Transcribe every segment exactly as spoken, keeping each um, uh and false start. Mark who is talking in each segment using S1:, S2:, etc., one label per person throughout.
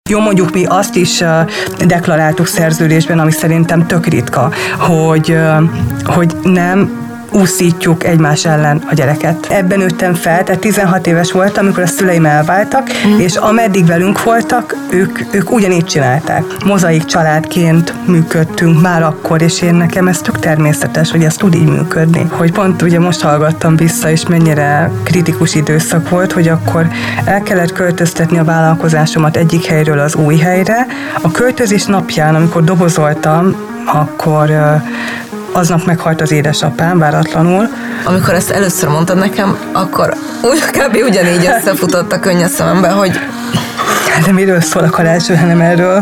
S1: Jó, mondjuk mi azt is deklaráltuk szerződésben, ami szerintem tök ritka, hogy, hogy nem úszítjuk egymás ellen a gyereket. Ebben nőttem fel, tehát tizenhat éves voltam, amikor a szüleim elváltak, mm. és ameddig velünk voltak, ők, ők ugyanígy csinálták. Mozaik családként működtünk már akkor, és én nekem ez tök természetes, hogy ez tud így működni. Hogy pont ugye most hallgattam vissza, és mennyire kritikus időszak volt, hogy akkor el kellett költöztetni a vállalkozásomat egyik helyről az új helyre. A költözés napján, amikor dobozoltam, akkor aznap meghalt az édesapám váratlanul.
S2: Amikor ezt először mondtad nekem, akkor úgy, kb. Ugyanígy összefutott a könny a szemembe, hogy...
S1: De miről szól a karácsony, hanem erről.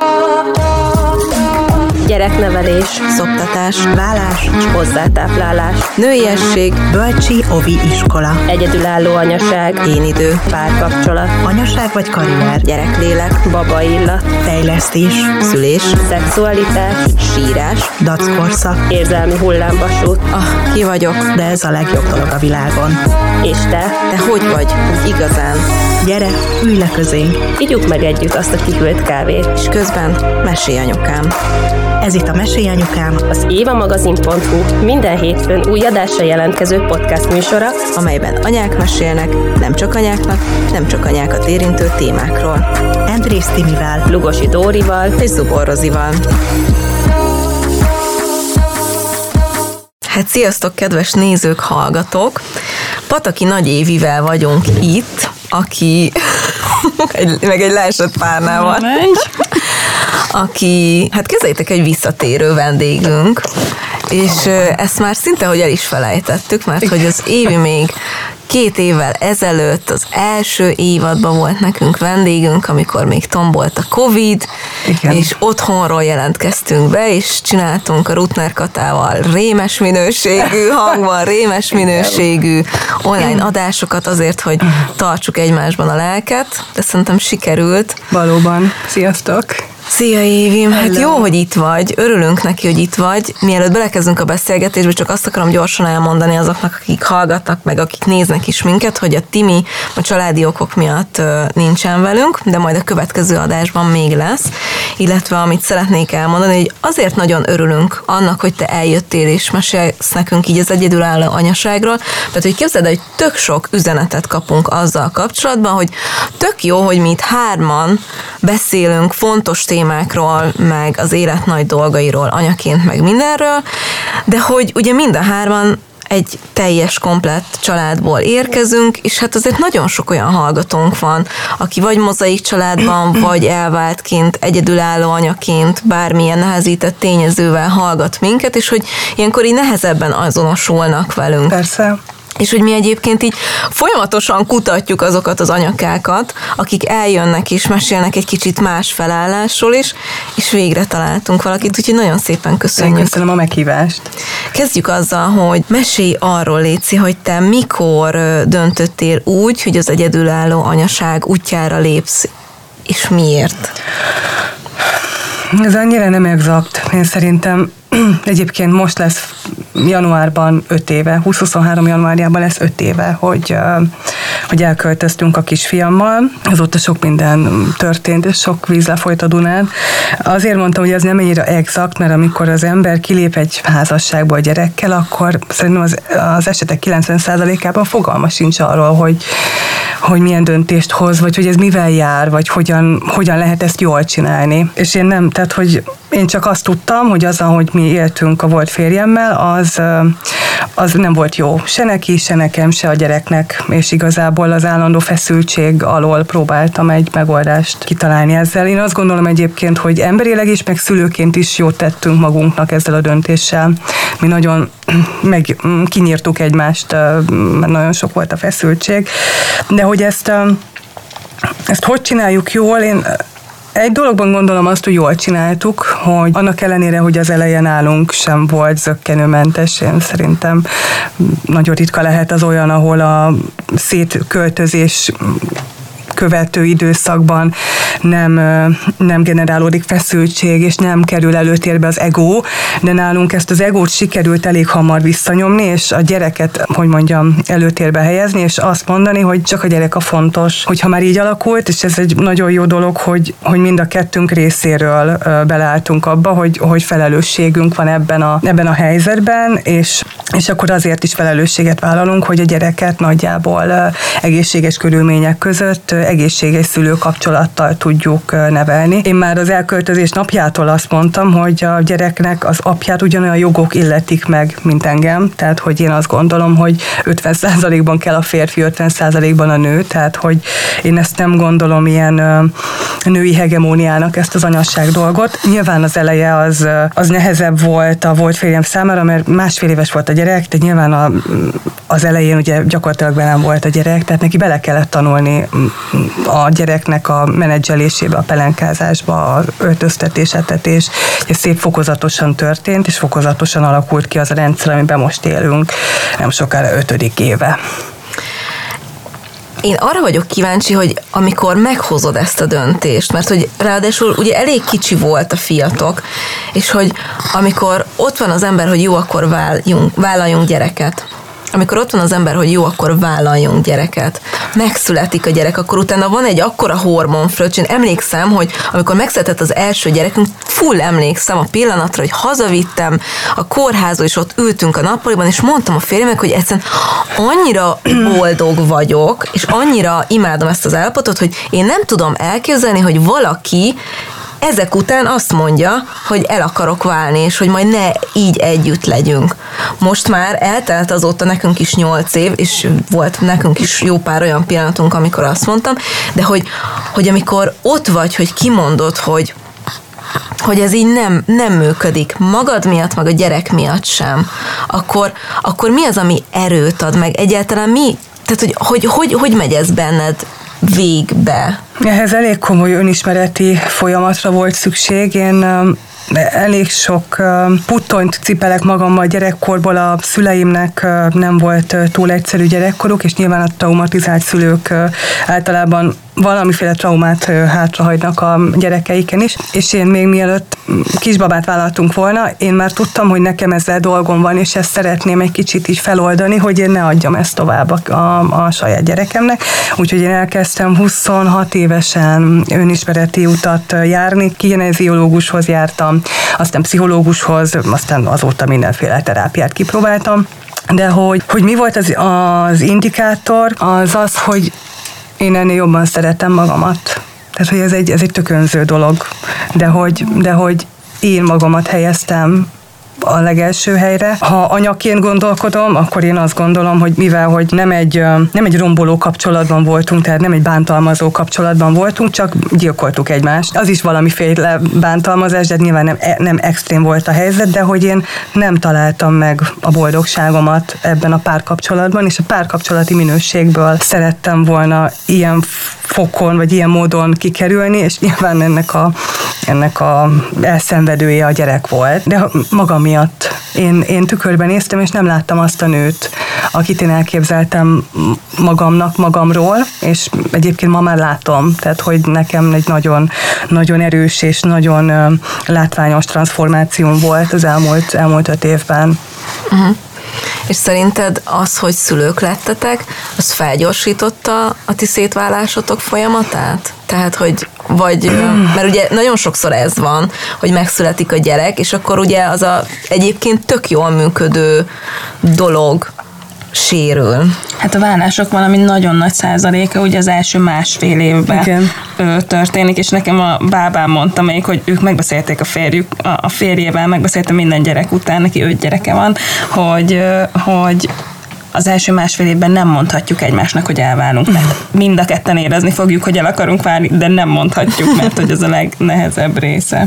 S3: Gyereknevelés, szoptatás, vállás és hozzátáplálás, nőiesség,
S4: bölcsi ovi iskola,
S3: egyedülálló anyaság,
S4: én idő,
S3: párkapcsolat,
S4: anyaság vagy karrier,
S3: gyereklélek, baba illat,
S4: fejlesztés,
S2: szülés,
S3: szexualitás,
S2: sírás,
S4: dackorszak,
S3: érzelmi hullámvasút.
S2: Ah, ki vagyok?
S4: De ez a legjobb dolog a világon.
S3: És te?
S2: Te hogy vagy? Igazán?
S4: Gyere, ülj le közénk.
S3: Igyuk meg együtt azt a kihűlt kávét.
S2: És közben mesélj anyukám.
S4: Ez itt a Mesélj Anyukám,
S3: az évamagazin pont hu minden hétfőn új adásra jelentkező podcast műsora,
S2: amelyben anyák mesélnek, nem csak anyáknak, nem csak anyákat érintő témákról.
S4: Andrész Timivel,
S3: Lugosi Dórival
S2: és Zubor Rozival. Hát sziasztok, kedves nézők, hallgatók! Pataki Nagy Évivel vagyunk itt, aki egy, meg egy leesett párnával. Aki, hát képzeljétek, egy visszatérő vendégünk, és ezt már szinte, hogy el is felejtettük, mert hogy az Évi még két évvel ezelőtt az első évadban volt nekünk vendégünk, amikor még tombolt a Covid, igen. És otthonról jelentkeztünk be, és csináltunk a Rutner Katával rémes minőségű hangban, rémes minőségű online adásokat azért, hogy tartsuk egymásban a lelket, de szerintem sikerült.
S1: Valóban. Sziasztok!
S2: Szia Évim, hát jó, hogy itt vagy, örülünk neki, hogy itt vagy. Mielőtt belekezdünk a beszélgetésbe, csak azt akarom gyorsan elmondani azoknak, akik hallgatnak, meg akik néznek is minket, hogy a Timi a családi okok miatt nincsen velünk, de majd a következő adásban még lesz. Illetve amit szeretnék elmondani, hogy azért nagyon örülünk annak, hogy te eljöttél és mesélsz nekünk így az egyedülálló anyaságról, mert hogy képzeld, hogy tök sok üzenetet kapunk azzal kapcsolatban, hogy tök jó, hogy mi itt hárman beszélünk fontos témákról, meg az élet nagy dolgairól, anyaként, meg mindenről, de hogy ugye mind a hárman egy teljes, komplett családból érkezünk, és hát azért nagyon sok olyan hallgatónk van, aki vagy mozaik családban, vagy elváltként, egyedülálló anyaként, bármilyen nehezített tényezővel hallgat minket, és hogy ilyenkor így nehezebben azonosulnak velünk.
S1: Persze.
S2: És hogy mi egyébként így folyamatosan kutatjuk azokat az anyukákat, akik eljönnek és mesélnek egy kicsit más felállásról is, és végre találtunk valakit, úgyhogy nagyon szépen köszönjük.
S1: Én köszönöm a meghívást.
S2: Kezdjük azzal, hogy mesélj arról, Léci, hogy te mikor döntöttél úgy, hogy az egyedülálló anyaság útjára lépsz, és miért?
S1: Ez annyira nem exakt. Én szerintem egyébként most lesz januárban öt éve, húsz-huszonhárom januárjában lesz öt éve, hogy, hogy elköltöztünk a kisfiammal. Azóta sok minden történt, és sok víz lefolyt a Dunán. Azért mondtam, hogy ez nem ennyire exakt, mert amikor az ember kilép egy házasságból gyerekkel, akkor szerintem az, az esetek kilencven százalékában fogalma sincs arról, hogy, hogy milyen döntést hoz, vagy hogy ez mivel jár, vagy hogyan, hogyan lehet ezt jól csinálni. És én nem, tehát hogy én csak azt tudtam, hogy az, ahogy mi éltünk a volt férjemmel, az, az nem volt jó. Se neki, se nekem, se a gyereknek, és igazából az állandó feszültség alól próbáltam egy megoldást kitalálni ezzel. Én azt gondolom egyébként, hogy emberileg is, meg szülőként is jót tettünk magunknak ezzel a döntéssel. Mi nagyon meg kinyírtuk egymást, mert nagyon sok volt a feszültség. De hogy ezt, ezt hogy csináljuk jól, én egy dologban gondolom azt, hogy jól csináltuk, hogy annak ellenére, hogy az eleje nálunk sem volt zökkenőmentes, én szerintem nagyon ritka lehet az olyan, ahol a szétköltözés követő időszakban nem, nem generálódik feszültség, és nem kerül előtérbe az ego, de nálunk ezt az egót sikerült elég hamar visszanyomni, és a gyereket, hogy mondjam, előtérbe helyezni, és azt mondani, hogy csak a gyerek a fontos. Hogyha már így alakult, és ez egy nagyon jó dolog, hogy, hogy mind a kettőnk részéről beleálltunk abba, hogy, hogy felelősségünk van ebben a, ebben a helyzetben, és, és akkor azért is felelősséget vállalunk, hogy a gyereket nagyjából egészséges körülmények között egészséges szülőkapcsolattal tudjuk nevelni. Én már az elköltözés napjától azt mondtam, hogy a gyereknek az apját ugyanolyan jogok illetik meg, mint engem, tehát hogy én azt gondolom, hogy ötven százalékban kell a férfi, ötven százalékban a nő, tehát hogy én ezt nem gondolom ilyen női hegemóniának, ezt az anyasság dolgot. Nyilván az eleje az, az nehezebb volt a volt férjem számára, mert másfél éves volt a gyerek, de nyilván a, az elején ugye gyakorlatilag velem volt a gyerek, tehát neki bele kellett tanulni a gyereknek a menedzselésébe, a pelenkázásba, az öltöztetés, etetés. Ez szép fokozatosan történt, és fokozatosan alakult ki az a rendszer, amiben most élünk, nem sokára ötödik éve.
S2: Én arra vagyok kíváncsi, hogy amikor meghozod ezt a döntést, mert hogy ráadásul ugye elég kicsi volt a fiatok, és hogy amikor ott van az ember, hogy jó, akkor vállaljunk, vállaljunk gyereket, amikor ott van az ember, hogy jó, akkor vállaljunk gyereket, megszületik a gyerek, akkor utána van egy akkora hormonfröccs. Én emlékszem, hogy amikor megszületett az első gyerekünk, full emlékszem a pillanatra, hogy hazavittem a kórházba, és ott ültünk a nappaliban, és mondtam a férjemnek, hogy egyszerűen annyira boldog vagyok, és annyira imádom ezt az állapotot, hogy én nem tudom elképzelni, hogy valaki ezek után azt mondja, hogy el akarok válni, és hogy majd ne így együtt legyünk. Most már eltelt azóta nekünk is nyolc év, és volt nekünk is jó pár olyan pillanatunk, amikor azt mondtam, de hogy, hogy amikor ott vagy, hogy kimondod, hogy hogy ez így nem, nem működik, magad miatt, meg a gyerek miatt sem, akkor, akkor mi az, ami erőt ad, meg egyáltalán mi, tehát hogy hogy, hogy, hogy megy ez benned végbe?
S1: Ehhez elég komoly önismereti folyamatra volt szükség. Én elég sok puttonyt cipelek magammal gyerekkorból, a szüleimnek nem volt túl egyszerű gyerekkoruk, és nyilván a traumatizált szülők általában valamiféle traumát hátrahagynak a gyerekeiken is, és én még mielőtt kisbabát vállaltunk volna, én már tudtam, hogy nekem ezzel dolgom van, és ezt szeretném egy kicsit így feloldani, hogy én ne adjam ezt tovább a, a, a saját gyerekemnek. Úgyhogy én elkezdtem huszonhat évesen önismereti utat járni, kineziológushoz jártam, aztán pszichológushoz, aztán azóta mindenféle terápiát kipróbáltam. De hogy, hogy mi volt az, az indikátor, az az, hogy én ennél jobban szeretem magamat. Tehát, hogy ez egy, ez egy tök önző dolog. De hogy, de hogy én magamat helyeztem a legelső helyre. Ha anyaként gondolkodom, akkor én azt gondolom, hogy mivel, hogy nem egy, nem egy romboló kapcsolatban voltunk, tehát nem egy bántalmazó kapcsolatban voltunk, csak gyilkoltuk egymást. Az is valamiféle bántalmazás, de nyilván nem, nem extrém volt a helyzet, de hogy én nem találtam meg a boldogságomat ebben a párkapcsolatban, és a párkapcsolati minőségből szerettem volna ilyen fokon, vagy ilyen módon kikerülni, és nyilván ennek a, ennek a elszenvedője a gyerek volt. De magam miatt. Én, én tükörben néztem, és nem láttam azt a nőt, akit én elképzeltem magamnak, magamról, és egyébként ma már látom, tehát hogy nekem egy nagyon, nagyon erős és nagyon látványos transformációm volt az elmúlt, elmúlt öt évben.
S2: Uh-huh. És szerinted az, hogy szülők lettetek, az felgyorsította a ti szétválásotok folyamatát? Tehát, hogy vagy, mert ugye nagyon sokszor ez van, hogy megszületik a gyerek, és akkor ugye az a egyébként tök jól működő dolog sérül.
S5: Hát a válások valami nagyon nagy százaléka ugye az első másfél évben Igen. történik, és nekem a bábám mondta még, hogy ők megbeszélték a férjük, a férjével, megbeszéltem minden gyerek után, neki öt gyereke van, hogy, hogy az első másfél évben nem mondhatjuk egymásnak, hogy elválunk, mert mind a ketten érezni fogjuk, hogy el akarunk válni, de nem mondhatjuk, mert hogy ez a legnehezebb része.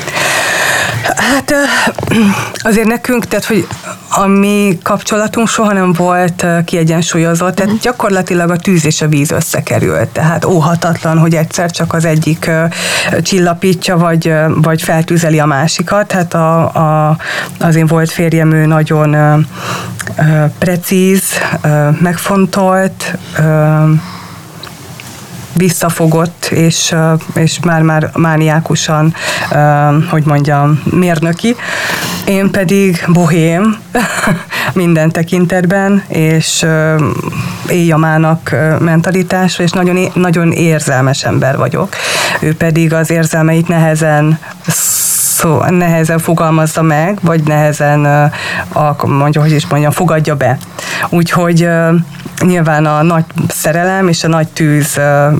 S1: Hát azért nekünk, tehát, hogy a mi kapcsolatunk soha nem volt kiegyensúlyozott, tehát gyakorlatilag a tűz és a víz összekerült, tehát óhatatlan, hogy egyszer csak az egyik csillapítja, vagy, vagy feltűzeli a másikat, hát a, a, az én volt férjem, ő nagyon precíz, megfontolt, visszafogott, és, és már-már mániákusan, hogy mondjam, mérnöki. Én pedig bohém minden tekintetben, és éjjamának mentalitásra, és nagyon, nagyon érzelmes ember vagyok. Ő pedig az érzelmeit nehezen szó, nehezen fogalmazza meg, vagy nehezen a, mondja, hogy is mondjam, fogadja be. Úgyhogy nyilván a nagy szerelem és a nagy tűz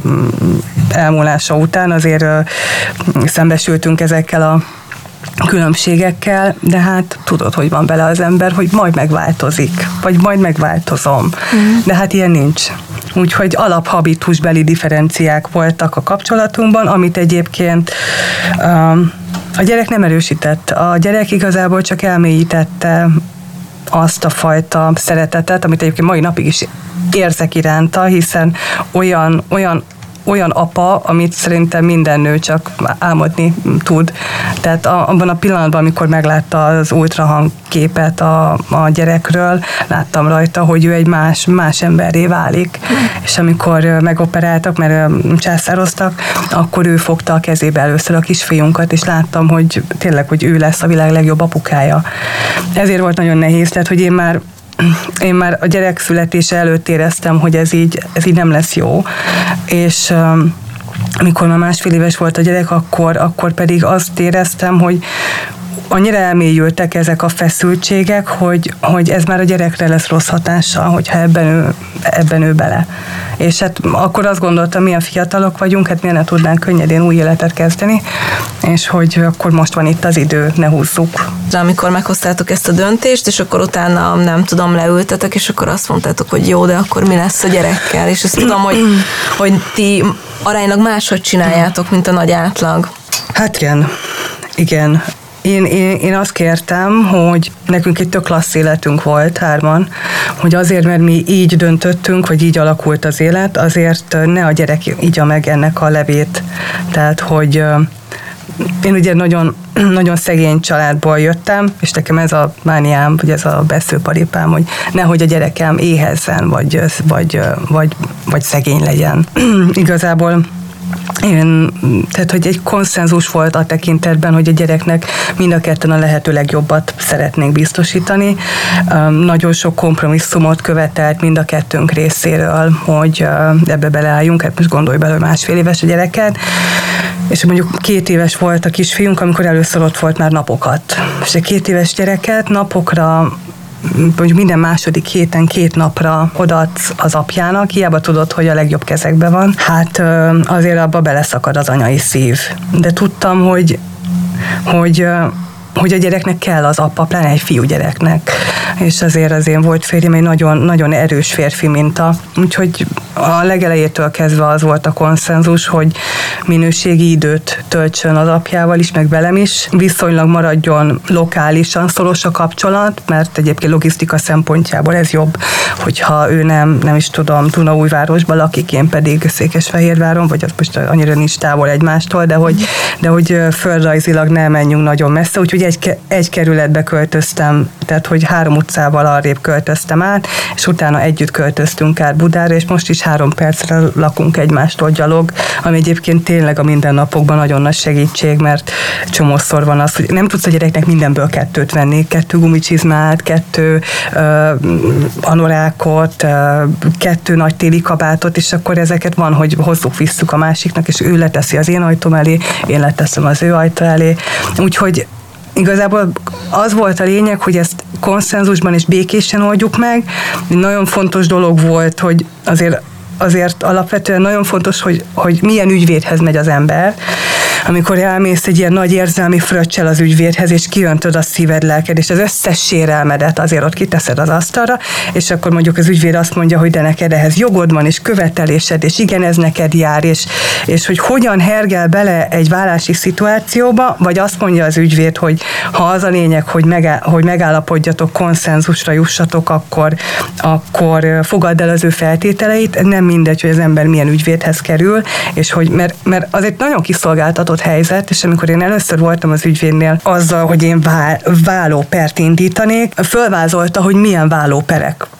S1: elmúlása után azért szembesültünk ezekkel a különbségekkel, de hát tudod, hogy van bele az ember, hogy majd megváltozik, vagy majd megváltozom. Mm. De hát ilyen nincs. Úgyhogy alaphabitusbeli differenciák voltak a kapcsolatunkban, amit egyébként um, a gyerek nem erősített. A gyerek igazából csak elmélyítette azt a fajta szeretetet, amit egyébként mai napig is érzek iránta, hiszen olyan, olyan olyan apa, amit szerintem minden nő csak álmodni tud. Tehát abban a pillanatban, amikor meglátta az ultrahang képet a, a gyerekről, láttam rajta, hogy ő egy más, más emberré válik. És amikor megoperáltak, mert császároztak, akkor ő fogta a kezébe először a kisfiunkat, és láttam, hogy tényleg, hogy ő lesz a világ legjobb apukája. Ezért volt nagyon nehéz, tehát, hogy én már Én már a gyerek születése előtt éreztem, hogy ez így, ez így nem lesz jó, és um, amikor már másfél éves volt a gyerek, akkor, akkor pedig azt éreztem, hogy annyira elmélyültek ezek a feszültségek, hogy, hogy ez már a gyerekre lesz rossz hatással, hogyha ebben ő, ebben ő bele. És hát akkor azt gondoltam, milyen fiatalok vagyunk, hát miért ne tudnánk könnyedén új életet kezdeni, és hogy akkor most van itt az idő, ne húzzuk.
S2: De amikor meghoztátok ezt a döntést, és akkor utána nem tudom, leültetek, és akkor azt mondtátok, hogy jó, de akkor mi lesz a gyerekkel? És ezt tudom, hogy, hogy ti aránylag máshogy csináljátok, mint a nagy átlag.
S1: Hát igen, igen. Én, én, én azt kértem, hogy nekünk egy tök klassz életünk volt hárman, hogy azért, mert mi így döntöttünk, vagy így alakult az élet, azért ne a gyerek igya meg ennek a levét. Tehát, hogy én ugye nagyon, nagyon szegény családból jöttem, és nekem ez a mániám, vagy ez a beszőparipám, hogy nehogy a gyerekem éhezzen, vagy, vagy, vagy, vagy szegény legyen. Igazából én, tehát, hogy egy konszenzus volt a tekintetben, hogy a gyereknek mind a ketten a lehető legjobbat szeretnénk biztosítani. Nagyon sok kompromisszumot követelt mind a kettőnk részéről, hogy ebbe beleálljunk, hát most gondolj bele, hogy másfél éves a gyereket, és mondjuk két éves volt a kisfiunk, amikor először ott volt már napokat. És a két éves gyereket napokra, mondjuk minden második héten két napra odaadsz az apjának, hiába tudod, hogy a legjobb kezekben van. Hát azért abba beleszakad az anyai szív. De tudtam, hogy, hogy, hogy a gyereknek kell az apa, pláne egy fiúgyereknek. És azért az én volt férjem egy nagyon, nagyon erős férfi minta. Úgyhogy a legelejétől kezdve az volt a konszenzus, hogy minőségi időt töltsön az apjával is, meg velem is. Viszonylag maradjon lokálisan szoros a kapcsolat, mert egyébként logisztika szempontjából ez jobb, hogyha ő nem, nem is tudom, Dunaújvárosban lakik, én pedig Székesfehérváron, vagy az most annyira nincs távol egymástól, de hogy, de hogy földrajzilag ne menjünk nagyon messze, úgyhogy egy, egy kerületbe költöztem, tehát hogy három utcával arrébb költöztem át, és utána együtt költöztünk át Budára, és most is három percre lakunk egymástól gyalog, ami egyébként tényleg a mindennapokban nagyon nagy segítség, mert csomószor van az, hogy nem tudsz a gyereknek mindenből kettőt venni, kettő gumicsizmát, kettő uh, anorákot, uh, kettő nagy téli kabátot, és akkor ezeket van, hogy hozzuk, visszük a másiknak, és ő leteszi az én ajtóm elé, én leteszem az ő ajtó elé. Úgyhogy igazából az volt a lényeg, hogy ezt konszenzusban és békésen oldjuk meg. Nagyon fontos dolog volt, hogy azért, azért alapvetően nagyon fontos, hogy, hogy milyen ügyvédhez megy az ember. Amikor elmész egy ilyen nagy érzelmi fröccsel az ügyvédhez, és kiöntöd a szíved, lelked, és az összes sérelmedet azért ott kiteszed az asztalra, és akkor mondjuk az ügyvéd azt mondja, hogy de neked ehhez jogod van, és követelésed, és igen, ez neked jár, és, és hogy hogyan hergel bele egy vállási szituációba, vagy azt mondja az ügyvéd, hogy ha az a lényeg, hogy, megáll, hogy megállapodjatok, konszenzusra jussatok, akkor, akkor fogadd el az ő feltételeit, nem mindegy, hogy az ember milyen ügyvédhez kerül, és hogy, mert, mert az egy nagyon kiszolgáltatott helyzet, és amikor én először voltam az ügyvédnél azzal, hogy én vál, vállópert indítanék, fölvázolta, hogy milyen vállóperek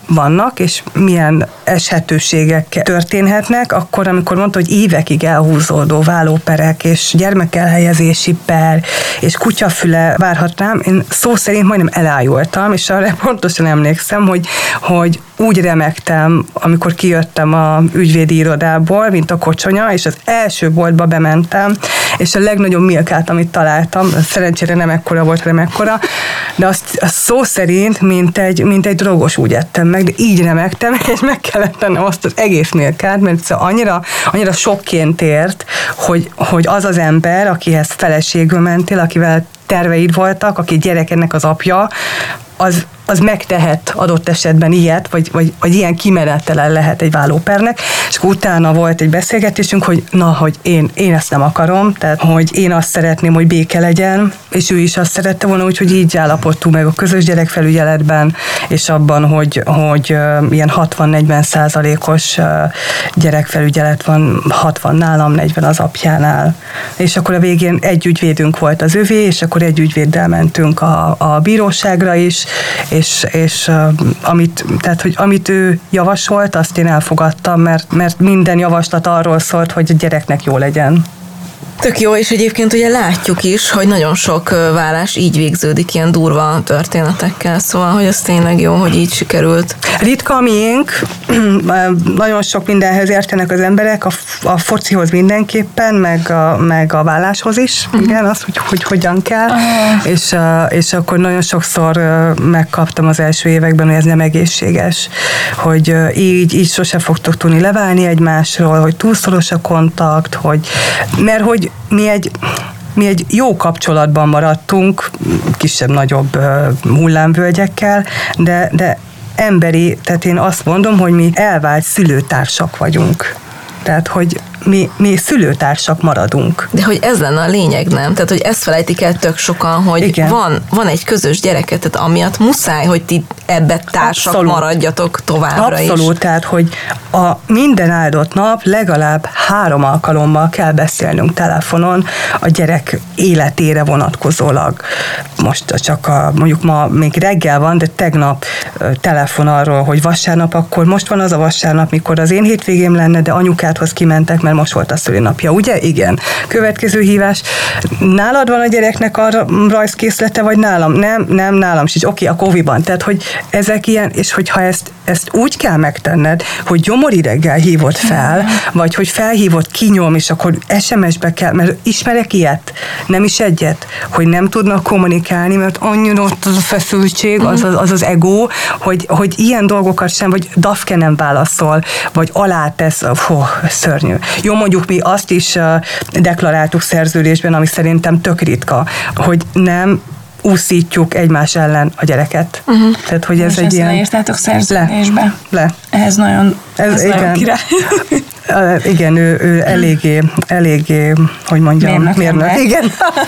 S1: vannak, és milyen eshetőségek történhetnek, akkor, amikor mondta, hogy évekig elhúzódó vállóperek, és gyermekelhelyezési per, és kutyafüle várhat rám, én szó szerint majdnem elájultam, és arra pontosan emlékszem, hogy, hogy úgy remegtem, amikor kijöttem a ügyvédi irodából, mint a kocsonya, és az első boltba bementem, és a legnagyobb milkát, amit találtam, szerencsére nem ekkora volt, hanem ekkora, de azt, azt szó szerint, mint egy, mint egy drogos úgy ettem meg, de így remegtem, és meg kellett tennem azt az egész milkát, mert szóval annyira, annyira sokként ért, hogy, hogy az az ember, akihez feleségül mentél, akivel terveid voltak, aki gyerekednek az apja, az, az megtehet adott esetben ilyet, vagy, vagy, vagy ilyen kimenetelen lehet egy vállópernek, és akkor utána volt egy beszélgetésünk, hogy na, hogy én, én ezt nem akarom, tehát hogy én azt szeretném, hogy béke legyen, és ő is azt szerette volna, úgyhogy így állapodtunk meg a közös gyerekfelügyeletben, és abban, hogy, hogy uh, ilyen hatvan-negyven százalékos uh, gyerekfelügyelet van, hatvan nálam, negyven az apjánál. És akkor a végén egy ügyvédünk volt az övé, és akkor egy ügyvéddel mentünk a, a bíróságra is, és, és uh, amit, tehát, hogy amit ő javasolt, azt én elfogadtam, mert, mert minden javaslat arról szólt, hogy a gyereknek jó legyen.
S2: Tök jó, és egyébként ugye látjuk is, hogy nagyon sok vállás így végződik ilyen durva történetekkel, szóval, hogy ez tényleg jó, hogy így sikerült.
S1: Ritka a miénk, nagyon sok mindenhez értenek az emberek, a, a focihoz mindenképpen, meg a, meg a válláshoz is, uh-huh. igen, az, hogy, hogy hogyan kell, uh-huh. és, és akkor nagyon sokszor megkaptam az első években, hogy ez nem egészséges, hogy így, így sose fogtok tudni leválni egymásról, hogy túlszoros a kontakt, hogy, mert hogy mi egy, mi egy jó kapcsolatban maradtunk, kisebb-nagyobb hullámvölgyekkel, de, de emberi, tehát én azt mondom, hogy mi elvált szülőtársak vagyunk. Tehát, hogy mi, mi szülőtársak maradunk.
S2: De hogy ez lenne a lényeg, nem? Tehát, hogy ezt felejtik el tök sokan, hogy van, van egy közös gyereket, tehát amiatt muszáj, hogy ti ebbe társak Abszolút. maradjatok továbbra
S1: Abszolút, is. Abszolút, tehát, hogy a minden áldott nap legalább három alkalommal kell beszélnünk telefonon a gyerek életére vonatkozólag. Most csak a, mondjuk ma még reggel van, de tegnap telefon arról, hogy vasárnap, akkor most van az a vasárnap, mikor az én hétvégém lenne, de anyukádhoz kimentek, mert most volt a szülinapja, ugye? Igen. Következő hívás. Nálad van a gyereknek a rajzkészlete, vagy nálam? Nem, nem, nálam sincs. Oké, a Koviban. Tehát, hogy ezek ilyen, és hogyha ezt, ezt úgy kell megtenned, hogy gyomori reggel hívod fel, vagy hogy felhívod, kinyom, és akkor es em es-be kell, mert ismerek ilyet, nem is egyet, hogy nem tudnak kommunikálni, mert annyira ott az a feszültség, az az, az, az ego, hogy, hogy ilyen dolgokat sem, vagy Dafke nem válaszol, vagy alátesz, fú, szörnyű. Jó, mondjuk mi azt is deklaráltuk szerződésben, ami szerintem tök ritka, hogy nem úszítjuk egymás ellen a gyereket. Uh-huh. Tehát, hogy ez
S5: és
S1: egy ilyen...
S5: leírtátok szerződésbe.
S1: Le. le.
S5: Ehhez nagyon,
S1: ez,
S5: ez
S1: igen.
S5: nagyon király.
S1: Uh, igen, ő, ő eléggé, eléggé, hogy mondjam,
S5: mérnök.
S1: mérnök. Igen.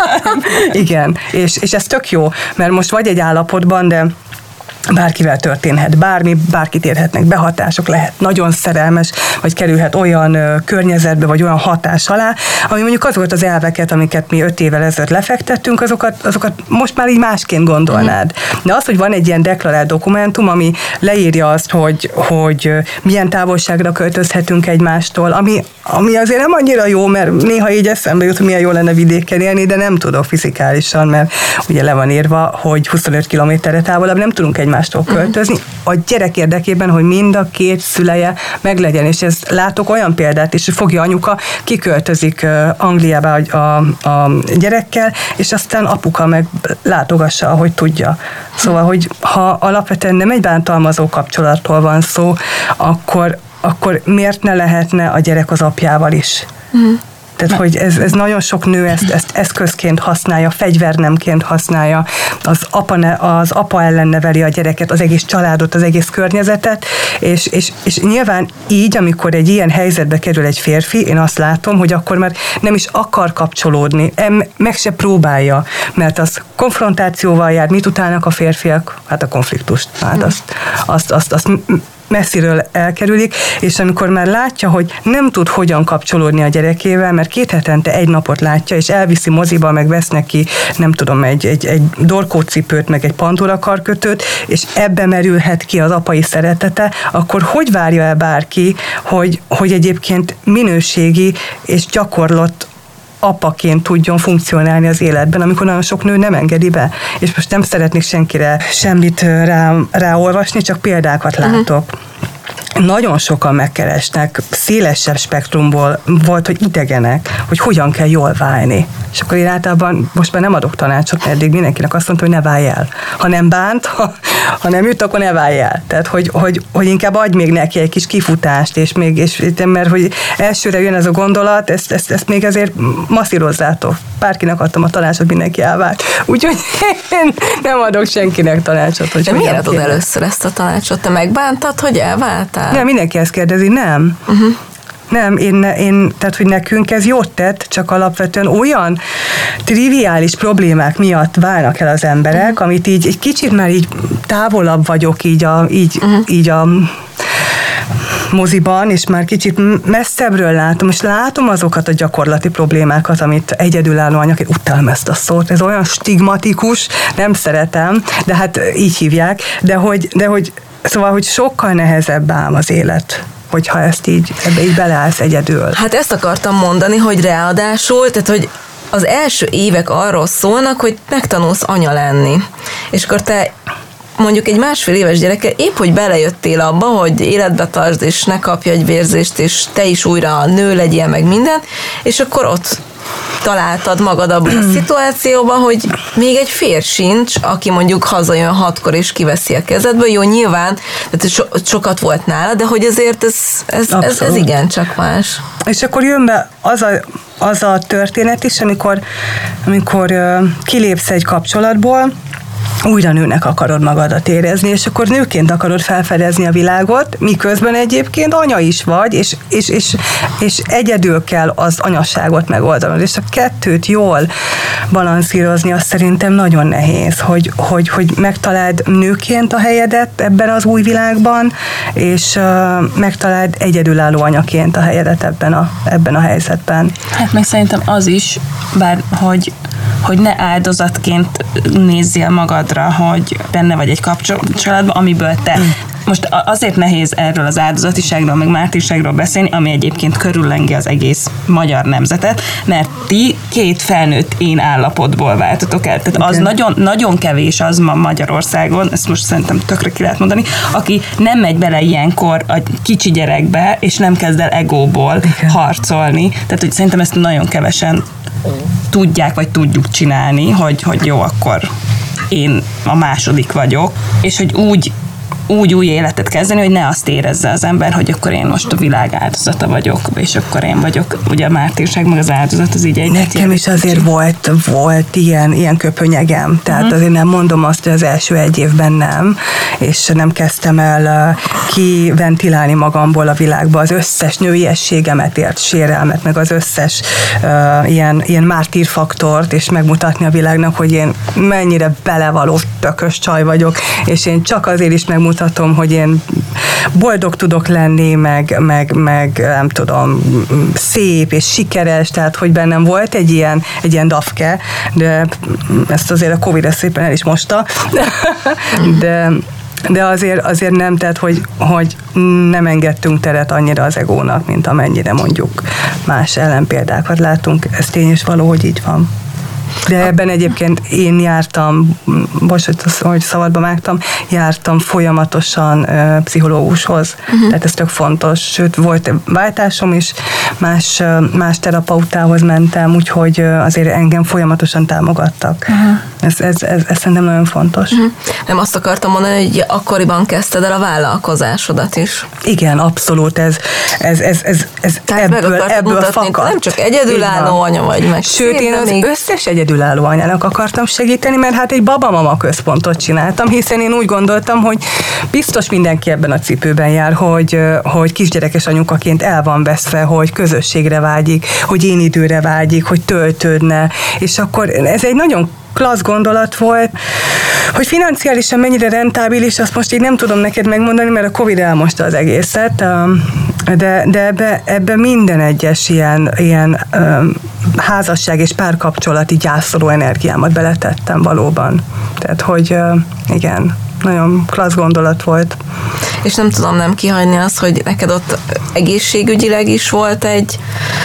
S1: igen. És, és ez tök jó, mert most vagy egy állapotban, de bárkivel történhet bármi, bárkit érhetnek behatások, lehet nagyon szerelmes, vagy kerülhet olyan ö, környezetbe, vagy olyan hatás alá, ami mondjuk azokat az elveket, amiket mi öt évvel ezelőtt lefektettünk, azokat, azokat most már így másként gondolnád. De az, hogy van egy ilyen deklarált dokumentum, ami leírja azt, hogy, hogy milyen távolságra költözhetünk egymástól, ami, ami azért nem annyira jó, mert néha így eszembe jut, hogy milyen jó lenne vidéken élni, de nem tudok fizikálisan, mert ugye le van írva, hogy huszonöt kilométerre távolabb nem tudunk egy mástól költözni, a gyerek érdekében, hogy mind a két szüleje meglegyen, és ezt látok olyan példát is, hogy fogja anyuka, kiköltözik Angliába a, a, a gyerekkel, és aztán apuka meg látogassa, ahogy tudja. Szóval, hogy ha alapvetően nem egy bántalmazó kapcsolatról van szó, akkor, akkor miért ne lehetne a gyerek az apjával is? Mm. Tehát, hogy ez, ez nagyon sok nő ezt, ezt eszközként használja, fegyvernemként használja, az apa, ne, az apa ellen neveli a gyereket, az egész családot, az egész környezetet, és, és, és nyilván így, amikor egy ilyen helyzetbe kerül egy férfi, én azt látom, hogy akkor már nem is akar kapcsolódni, meg se próbálja, mert az konfrontációval jár, mit utálnak a férfiak? Hát a konfliktust, hát azt, azt, azt, azt messziről elkerülik, és amikor már látja, hogy nem tud hogyan kapcsolódni a gyerekével, mert két hetente egy napot látja, és elviszi moziba, meg vesz neki, nem tudom, egy, egy, egy dorkócipőt, meg egy Pandora karkötőt, és ebbe merülhet ki az apai szeretete, akkor hogy várja el bárki, hogy, hogy egyébként minőségi és gyakorlott apaként tudjon funkcionálni az életben, amikor nagyon sok nő nem engedi be. És most nem szeretnék senkire semmit rá, ráolvasni, csak példákat látok. Uh-huh. Nagyon sokan megkeresnek, szélesebb spektrumból volt, hogy idegenek, hogy hogyan kell jól válni. És akkor én általában most már nem adok tanácsot, mert eddig mindenkinek azt mondta, hogy ne válj el. Ha nem bánt, ha, ha nem jut, akkor ne válj el. Tehát, hogy, hogy, hogy inkább adj még neki egy kis kifutást, és még, és, mert hogy elsőre jön ez a gondolat, ezt, ezt, ezt még azért masszírozzátok. Bárkinek adtam a tanácsot, mindenki elvált. Úgyhogy én nem adok senkinek tanácsot. Hogy
S2: de miért adod először ezt a tanácsot? Te megbántad, hogy elváltál?
S1: Nem, mindenki ezt kérdezi, nem. Uh-huh. Nem, én, én, tehát, hogy nekünk ez jót tett, csak alapvetően olyan triviális problémák miatt válnak el az emberek, uh-huh. amit így egy kicsit már így távolabb vagyok így a, így, uh-huh. így a moziban, és már kicsit messzebbről látom, és látom azokat a gyakorlati problémákat, amit egyedülálló anyaként, utálom ezt a szót, ez olyan stigmatikus, nem szeretem, de hát így hívják, de hogy, de hogy szóval, hogy sokkal nehezebb ám az élet, hogyha ezt így, ebbe így beleállsz egyedül.
S2: Hát ezt akartam mondani, hogy ráadásul, tehát, hogy az első évek arról szólnak, hogy megtanulsz anya lenni. És akkor te mondjuk egy másfél éves gyerekkel épp, hogy belejöttél abba, hogy életbe tartsd, és ne kapj egy vérzést, és te is újra nő legyél, meg minden, és akkor ott találtad magad abban a szituációban, hogy még egy férj sincs, aki mondjuk hazajön hatkor és kiveszi a kezedből. Jó, nyilván, tehát so- sokat volt nála, de hogy azért ez, ez, ez, ez igencsak más.
S1: És akkor jön be az a, az a történet is, amikor, amikor uh, kilépsz egy kapcsolatból, újra nőnek akarod magadat érezni, és akkor nőként akarod felfedezni a világot, miközben egyébként anya is vagy, és, és, és, és egyedül kell az anyasságot megoldanod, és a kettőt jól balanszírozni, az szerintem nagyon nehéz, hogy, hogy, hogy megtaláld nőként a helyedet ebben az új világban, és uh, megtaláld egyedülálló anyaként a helyedet ebben a, ebben a helyzetben.
S5: Hát meg szerintem az is, bár hogy hogy ne áldozatként nézzél magadra, hogy benne vagy egy kapcsolatban, amiből te... Most azért nehéz erről az áldozatiságról, meg mártírságról beszélni, ami egyébként körüllengi az egész magyar nemzetet, mert ti két felnőtt én állapotból váltatok el. Tehát az nagyon, nagyon kevés az ma Magyarországon, ezt most szerintem tökre ki lehet mondani, aki nem megy bele ilyenkor a kicsi gyerekbe, és nem kezd el egóból Igen. harcolni. Tehát, hogy szerintem ezt nagyon kevesen tudják, vagy tudjuk csinálni, hogy, hogy jó, akkor én a második vagyok, és hogy úgy úgy új életet kezdeni, hogy ne azt érezze az ember, hogy akkor én most a világ áldozata vagyok, és akkor én vagyok, ugye a mártírság meg az áldozat, az így egy...
S1: Nekem is azért volt, volt ilyen, ilyen köpönyegem, tehát uh-huh. azért nem mondom azt, hogy az első egy évben nem, és nem kezdtem el kiventilálni magamból a világba az összes nőiességemet ért sérelmet, meg az összes uh, ilyen, ilyen mártírfaktort, és megmutatni a világnak, hogy én mennyire belevaló tökös csaj vagyok, és én csak azért is megmutatom, mutatom, hogy én boldog tudok lenni, meg, meg, meg nem tudom, szép és sikeres, tehát hogy bennem volt egy ilyen, egy ilyen dafke, de ezt azért a Covid szépen el is mosta, de de azért, azért nem, tehát hogy, hogy nem engedtünk teret annyira az egónak, mint amennyire mondjuk más ellenpéldákat látunk. Ez tény és való, hogy így van. De ebben egyébként én jártam, most, hogy szabadba mágtam, jártam folyamatosan uh, pszichológushoz, uh-huh. tehát ez tök fontos, sőt volt váltásom is, más, uh, más terapeutához mentem, úgyhogy uh, azért engem folyamatosan támogattak. Uh-huh. Ez, ez, ez, ez szerintem nagyon fontos. Uh-huh.
S2: Nem azt akartam mondani, hogy akkoriban kezdted el a vállalkozásodat is.
S1: Igen, abszolút, ez, ez, ez, ez, ez ebből, ebből fakad.
S2: Nem csak egyedülálló anya vagy meg.
S1: Sőt, én az még... összes egyedülálló anyának akartam segíteni, mert hát egy babamama központot csináltam, hiszen én úgy gondoltam, hogy biztos mindenki ebben a cipőben jár, hogy, hogy kisgyerekes anyukaként el van veszve, hogy közösségre vágyik, hogy én időre vágyik, hogy töltődne, és akkor ez egy nagyon klassz gondolat volt, Hogy financiálisan mennyire rentábilis, azt most így nem tudom neked megmondani, mert a Covid elmosta az egészet, de, de ebbe, ebbe minden egyes ilyen, ilyen házasság és párkapcsolati gyászoló energiámat beletettem valóban. Tehát, hogy igen, nagyon klassz gondolat volt.
S2: És nem tudom nem kihagyni azt, hogy neked ott egészségügyileg is volt egy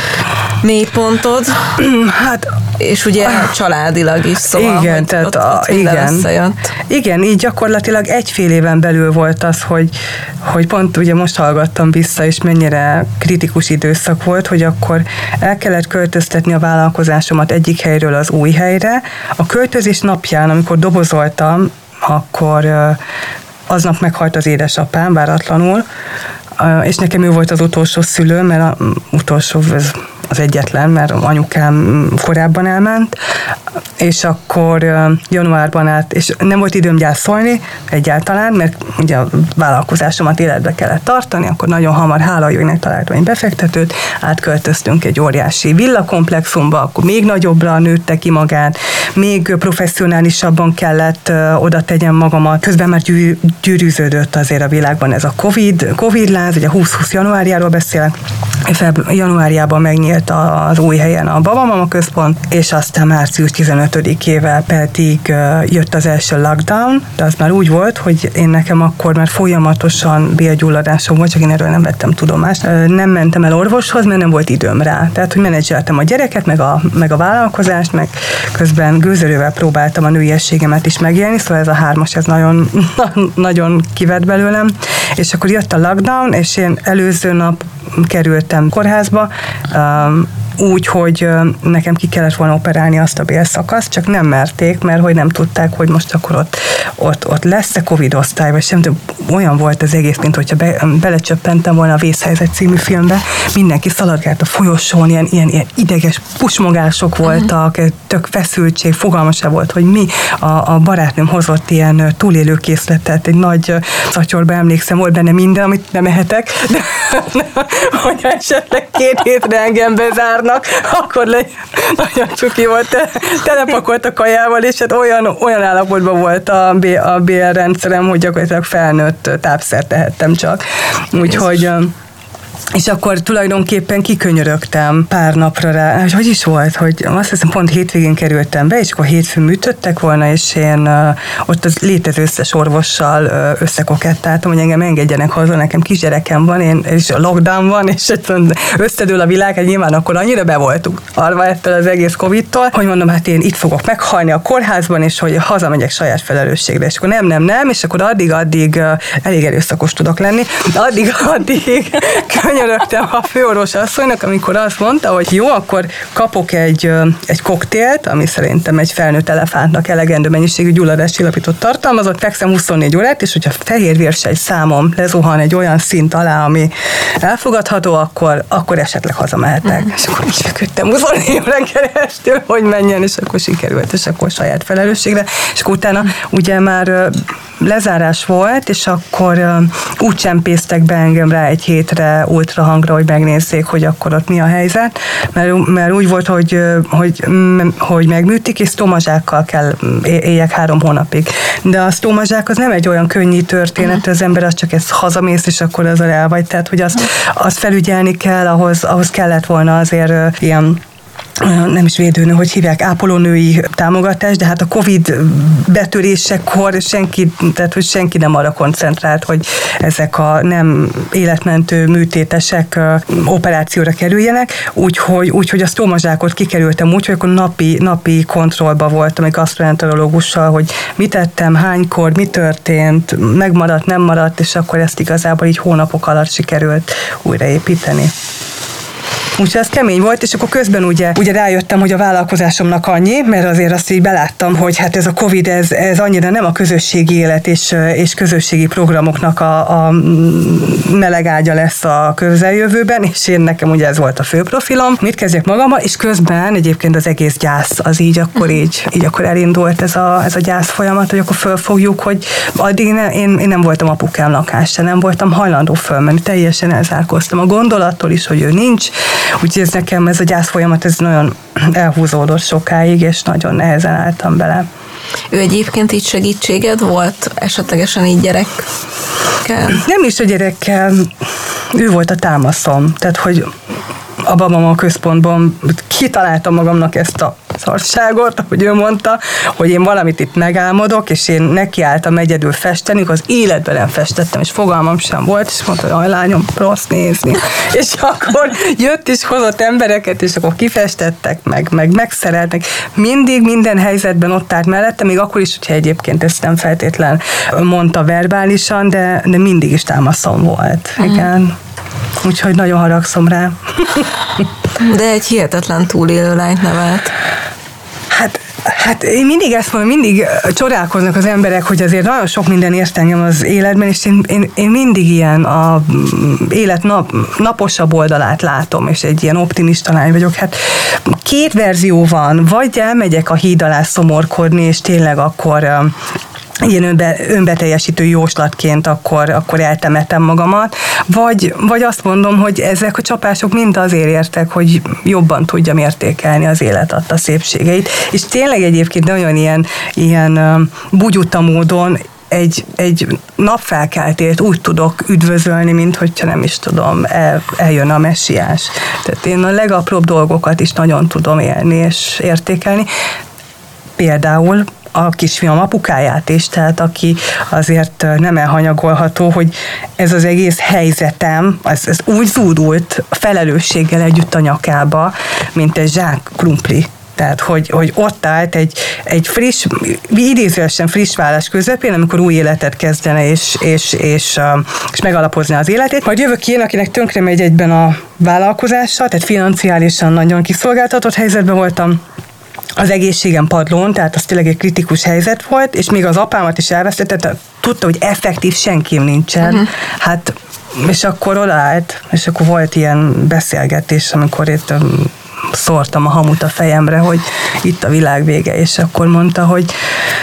S2: mélypontod,
S1: hát,
S2: és ugye családilag is, szóval
S1: igen,
S2: hogy
S1: tehát
S2: ott,
S1: a,
S2: ott minden
S1: igen,
S2: összejött.
S1: Igen, így gyakorlatilag egy fél éven belül volt az, hogy, hogy pont ugye most hallgattam vissza, és mennyire kritikus időszak volt, hogy akkor el kellett költöztetni a vállalkozásomat egyik helyről az új helyre. A költözés napján, amikor dobozoltam, akkor aznap meghalt az édesapám váratlanul, és nekem ő volt az utolsó szülő, mert az utolsó az egyetlen, mert anyukám korábban elment, és akkor januárban át, és nem volt időm gyászolni egyáltalán, mert ugye a vállalkozásomat életbe kellett tartani, akkor nagyon hamar, hála jóinak találtam egy befektetőt, átköltöztünk egy óriási villakomplexumba, akkor még nagyobbra nőtte ki magát, még professzionálisabban kellett oda tegyem magamat. Közben már gyű, gyűrűződött azért a világban ez a Covid, Covid láz, ugye húsz húsz januárjáról beszélek, januárjában megnyílt az új helyen a Babamama központ, és aztán március tizenötödikével pedig jött az első lockdown, de az már úgy volt, hogy én nekem akkor már folyamatosan bélgyulladásom volt, csak én erről nem vettem tudomást. Nem mentem el orvoshoz, mert nem volt időm rá. Tehát, hogy menedzseltem a gyereket, meg a, meg a vállalkozást, meg közben gőzerővel próbáltam a nőiességemet is megélni, szóval ez a hármas, ez nagyon, nagyon kivett belőlem. És akkor jött a lockdown, és én előző nap kerültem kórházba, úgy, hogy nekem ki kellett volna operálni azt a bélszakaszt, csak nem merték, mert hogy nem tudták, hogy most akkor ott, ott, ott lesz-e Covid osztály, vagy sem, olyan volt az egész, mint hogyha be, belecsöppentem volna a Vészhelyzet című filmbe, mindenki szaladgált a folyosón, ilyen, ilyen, ilyen ideges pusmogások voltak, uh-huh. tök feszültség, fogalma se volt, hogy mi. A, a barátnőm hozott ilyen túlélőkészletet, egy nagy szatyorba emlékszem, volt benne minden, amit nem ehetek, de hogy esetleg két hétre engem bezárnak, akkor le, nagyon cuki volt, te, telepakolt a kajával, és hát olyan, olyan állapotban volt a, B, a bé er rendszerem, hogy gyakorlatilag felnőtt tápszert tehettem csak. Úgyhogy... És akkor tulajdonképpen kikönyörögtem pár napra rá, hogy hogy is volt, hogy azt hiszem pont hétvégén kerültem be, és akkor hétfőn műtöttek volna, és én uh, ott az létező összes orvossal uh, összekokettáltam, hogy engem engedjenek haza, nekem kisgyerekem van, én, és a lockdown van, és összedől a világ, hát nyilván akkor annyira be voltunk arva ettől az egész Covid-tól, hogy mondom, hát én itt fogok meghalni a kórházban, és hogy hazamegyek saját felelősségre, és akkor nem, nem, nem, és akkor addig-addig uh, elég erőszakos tudok lenni, addig-addig könyörögtem a főorvos asszonynak, amikor azt mondta, hogy jó, akkor kapok egy, egy koktélt, ami szerintem egy felnőtt elefántnak elegendő mennyiségű gyulladáscsillapítót tartalmazott, fekszem huszonnégy órát, és hogyha fehérvérsejt számom lezuhan egy olyan szint alá, ami elfogadható, akkor, akkor esetleg hazamehetek. Mm. És akkor így feküdtem huszonnégy órán keresztül, hogy menjen, és akkor sikerült, és akkor saját felelősségre. És akkor utána ugye már lezárás volt, és akkor úgy csempésztek be engem rá egy hétre ultrahangra, hogy megnézzék, hogy akkor ott mi a helyzet, mert, mert úgy volt, hogy, hogy, hogy megműtik, és sztomazsákkal kell éljek három hónapig. De a sztomazsák az nem egy olyan könnyű történet, az ember az csak ez hazamész, és akkor azzal el vagy, tehát hogy azt, azt felügyelni kell, ahhoz, ahhoz kellett volna azért ilyen nem is védőnő, hogy hívják, ápolónői támogatás, de hát a Covid betörésekor senki, tehát hogy senki nem arra koncentrált, hogy ezek a nem életmentő műtétesek operációra kerüljenek, úgyhogy, úgyhogy a sztomazsákot kikerültem úgy, hogy akkor napi, napi kontrollba voltam egy gasztroenterológussal, hogy mit ettem, hánykor, mi történt, megmaradt, nem maradt, és akkor ezt igazából így hónapok alatt sikerült újraépíteni. Úgyhogy ez kemény volt, és akkor közben ugye, ugye rájöttem, hogy a vállalkozásomnak annyi, mert azért azt így beláttam, hogy hát ez a Covid, ez, ez annyira nem a közösségi élet és, és közösségi programoknak a, a meleg ágya lesz a közeljövőben, és én nekem ugye ez volt a fő profilom. Mit kezdjek magammal, és közben egyébként az egész gyász, az így akkor így, így akkor elindult ez a, ez a gyász folyamat, hogy akkor fölfogjuk, hogy addig ne, én, én nem voltam apukám lakásra, nem voltam hajlandó fölmenni, teljesen elzárkóztam a gondolattól is, hogy ő nincs. Úgyhogy ez nekem, ez a gyász folyamat, ez nagyon elhúzódott sokáig, és nagyon nehezen álltam bele.
S2: Ő egyébként így segítséged volt, esetlegesen így gyerekkel?
S1: Nem is a gyerekkel, ő volt a támaszom. Tehát, hogy a Babamama központban kitaláltam magamnak ezt a szarságot, ahogy ő mondta, hogy én valamit itt megálmodok, és én nekiálltam egyedül festeni, az életben nem festettem, és fogalmam sem volt, és mondta, hogy aj, lányom, rossz nézni. És akkor jött és hozott embereket, és akkor kifestettek, meg, meg megszereltek. Mindig, minden helyzetben ott állt mellette, még akkor is, hogyha egyébként ezt nem feltétlen mondta verbálisan, de, de mindig is támaszom volt. Mm. Igen. Úgyhogy nagyon haragszom rá.
S2: De egy hihetetlen túlélő lányt nevelt.
S1: Hát, hát én mindig ezt mondom, mindig csodálkoznak az emberek, hogy azért nagyon sok minden ért engem az életben, és én, én, én mindig ilyen a élet nap, naposabb oldalát látom, és egy ilyen optimista lány vagyok. Hát két verzió van, vagy elmegyek a híd alá szomorkodni, és tényleg akkor ilyen önbe, önbeteljesítő jóslatként akkor, akkor eltemetem magamat, vagy, vagy azt mondom, hogy ezek a csapások mind azért értek, hogy jobban tudjam értékelni az élet adta szépségeit, és tényleg egyébként nagyon ilyen, ilyen bugyuta módon egy, egy napfelkeltét úgy tudok üdvözölni, mint hogyha nem is tudom, el, eljön a messiás. Tehát én a legapróbb dolgokat is nagyon tudom élni és értékelni. Például a kisfiam apukáját is, tehát aki azért nem elhanyagolható, hogy ez az egész helyzetem, ez, ez úgy zúdult felelősséggel együtt a nyakába, mint egy zsák krumpli. Tehát, hogy, hogy ott állt egy, egy friss, idézőesen friss vállás közepén, amikor új életet kezdene, és, és, és, és megalapozna az életét. Majd jövök én, akinek tönkre megy egyben a vállalkozása, tehát financiálisan nagyon kiszolgáltatott helyzetben voltam, az egészségem padlón, tehát az tényleg egy kritikus helyzet volt, és még az apámat is elvesztette, tehát tudta, hogy effektív senkim nincsen. Uh-huh. Hát, és akkor odaállt, és akkor volt ilyen beszélgetés, amikor itt szórtam a hamut a fejemre, hogy itt a világ vége, és akkor mondta, hogy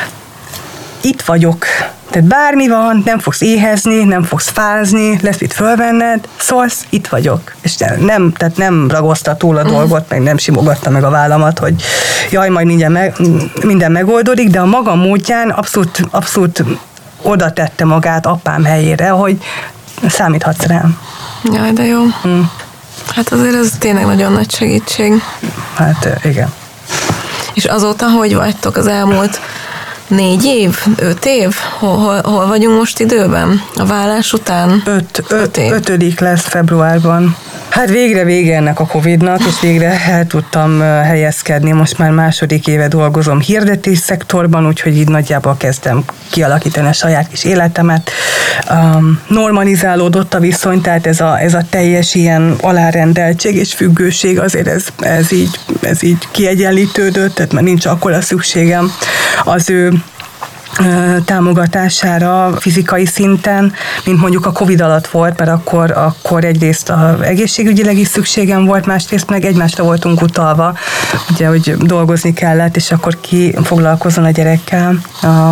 S1: itt vagyok, tehát bármi van, nem fogsz éhezni, nem fogsz fázni, lesz mit fölvenned, szólsz, itt vagyok. És nem, tehát nem ragozta túl a dolgot, meg nem simogatta meg a vállamat, hogy jaj, majd minden, meg, minden megoldódik, de a maga módján abszolút, abszolút oda tette magát apám helyére, hogy számíthatsz rám.
S2: Jaj, de jó. Hmm. Hát azért ez tényleg nagyon nagy segítség.
S1: Hát igen.
S2: És azóta hogy vagytok az elmúlt négy év? Öt év? Hol, hol, hol vagyunk most időben? A vállás után?
S1: Öt, öt, öt ötödik lesz februárban. Hát végre vége ennek a Covidnak, és végre el tudtam helyezkedni. Most már második éve dolgozom hirdetés szektorban, úgyhogy így nagyjából kezdem kialakítani a saját kis életemet. Um, normalizálódott a viszony, tehát ez a, ez a teljes ilyen alárendeltség és függőség, azért ez, ez, így, ez így kiegyenlítődött, tehát már nincs akkora szükségem az ő támogatására fizikai szinten, mint mondjuk a Covid alatt volt, mert akkor, akkor egyrészt a egészségügyileg is szükségem volt, másrészt meg egymásra voltunk utalva, ugye, hogy dolgozni kellett, és akkor ki foglalkozzon a gyerekkel. A,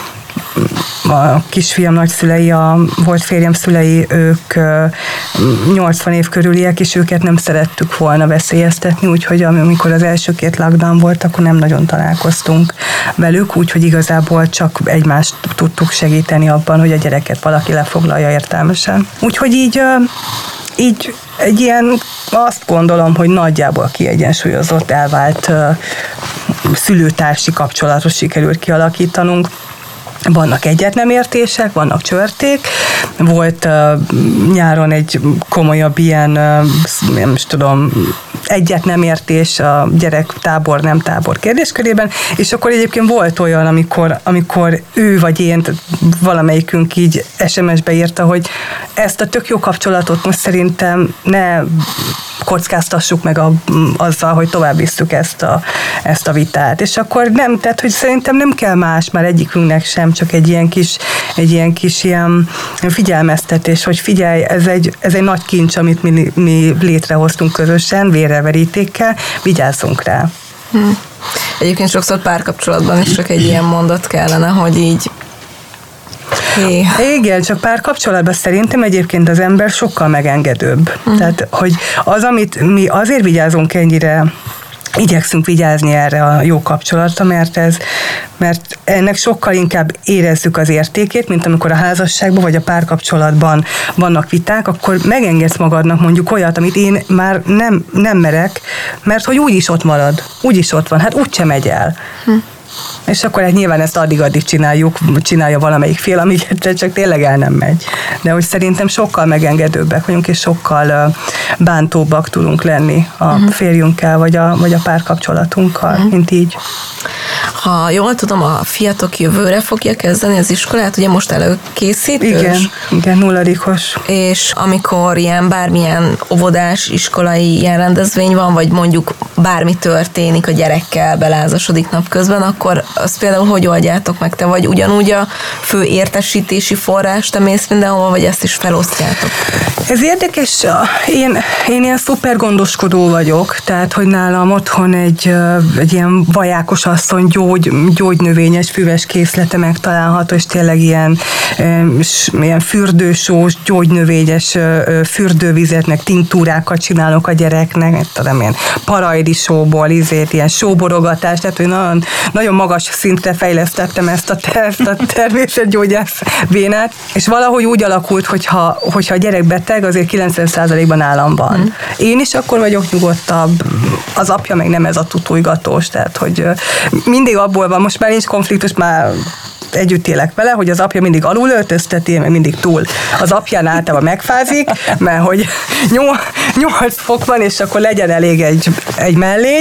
S1: a kisfiam nagyszülei, a volt férjem szülei, ők nyolcvan év körüliek, és őket nem szerettük volna veszélyeztetni, úgyhogy amikor az első két lockdown volt, akkor nem nagyon találkoztunk velük, úgyhogy igazából csak egymást tudtuk segíteni abban, hogy a gyereket valaki lefoglalja értelmesen. Úgyhogy így így egy ilyen, azt gondolom, hogy nagyjából kiegyensúlyozott, elvált szülőtársi kapcsolatot sikerült kialakítanunk. Vannak egyetnemértések, vannak csörték. Volt uh, nyáron egy komolyabb ilyen, uh, nem is tudom, egyetnemértés a gyerek tábor, nem tábor kérdéskörében, és akkor egyébként volt olyan, amikor, amikor ő vagy én, valamelyikünk így es em es-be írta, hogy ezt a tök jó kapcsolatot most szerintem ne kockáztassuk meg a, azzal, hogy tovább visszük ezt a, ezt a vitát. És akkor nem, tehát, hogy szerintem nem kell más már egyikünknek sem, csak egy ilyen kis, egy ilyen kis ilyen figyelmeztetés, hogy figyelj, ez egy, ez egy nagy kincs, amit mi, mi létrehoztunk közösen, vérreverítékkel, vigyázzunk rá. Hm.
S2: Egyébként sokszor párkapcsolatban is csak egy ilyen mondat kellene, hogy így Hé.
S1: Igen, csak párkapcsolatban szerintem egyébként az ember sokkal megengedőbb. Uh-huh. Tehát, hogy az, amit mi azért vigyázunk ennyire igyekszünk vigyázni erre a jó kapcsolatra, mert ez, mert ennek sokkal inkább érezzük az értékét, mint amikor a házasságban vagy a párkapcsolatban vannak viták, akkor megengedsz magadnak mondjuk olyat, amit én már nem, nem merek, mert hogy úgyis ott marad, úgyis ott van, hát úgysem megy el. Hm. És akkor hát nyilván ezt addig-addig csináljuk, csinálja valamelyik fél, amíg csak tényleg el nem megy. De hogy szerintem sokkal megengedőbbek vagyunk, és sokkal bántóbbak tudunk lenni a uh-huh. férjünkkel, vagy a, vagy a párkapcsolatunkkal, uh-huh. mint így.
S2: Ha jól tudom, a fiatok jövőre fogja kezdeni az iskolát, ugye most előkészítős?
S1: Igen, igen, nulladikos.
S2: És amikor ilyen bármilyen óvodás, iskolai ilyen rendezvény van, vagy mondjuk bármi történik a gyerekkel, belázasodik napközben, akkor azt például hogy oldjátok meg? Te vagy ugyanúgy a fő értesítési forrás, te mész mindenhol, vagy ezt is felosztjátok?
S1: Ez érdekes, én, én ilyen szuper gondoskodó vagyok, tehát hogy nálam otthon egy, egy ilyen vajákos asszony gyógy, gyógynövényes füves készlete megtalálható, és tényleg ilyen, ilyen fürdősós, gyógynövényes fürdővizetnek, tinktúrákat csinálok a gyereknek, tudom én, paraidisóból, izét, ilyen sóborogatás, tehát hogy nagyon, nagyon magas szintre fejlesztettem ezt a, ezt a természetgyógyász vénát, és valahogy úgy alakult, hogyha, hogyha a gyerek beteg, azért kilencven százalékban nálam van. Mm. Én is akkor vagyok nyugodtabb, az apja meg nem ez a tutújgatós, tehát hogy mindig abból van, most már nincs konfliktus, már együtt élek vele, hogy az apja mindig alul öltözteti, meg mindig túl. Az apján általában megfázik, mert hogy nyolc fok van, és akkor legyen elég egy, egy mellény,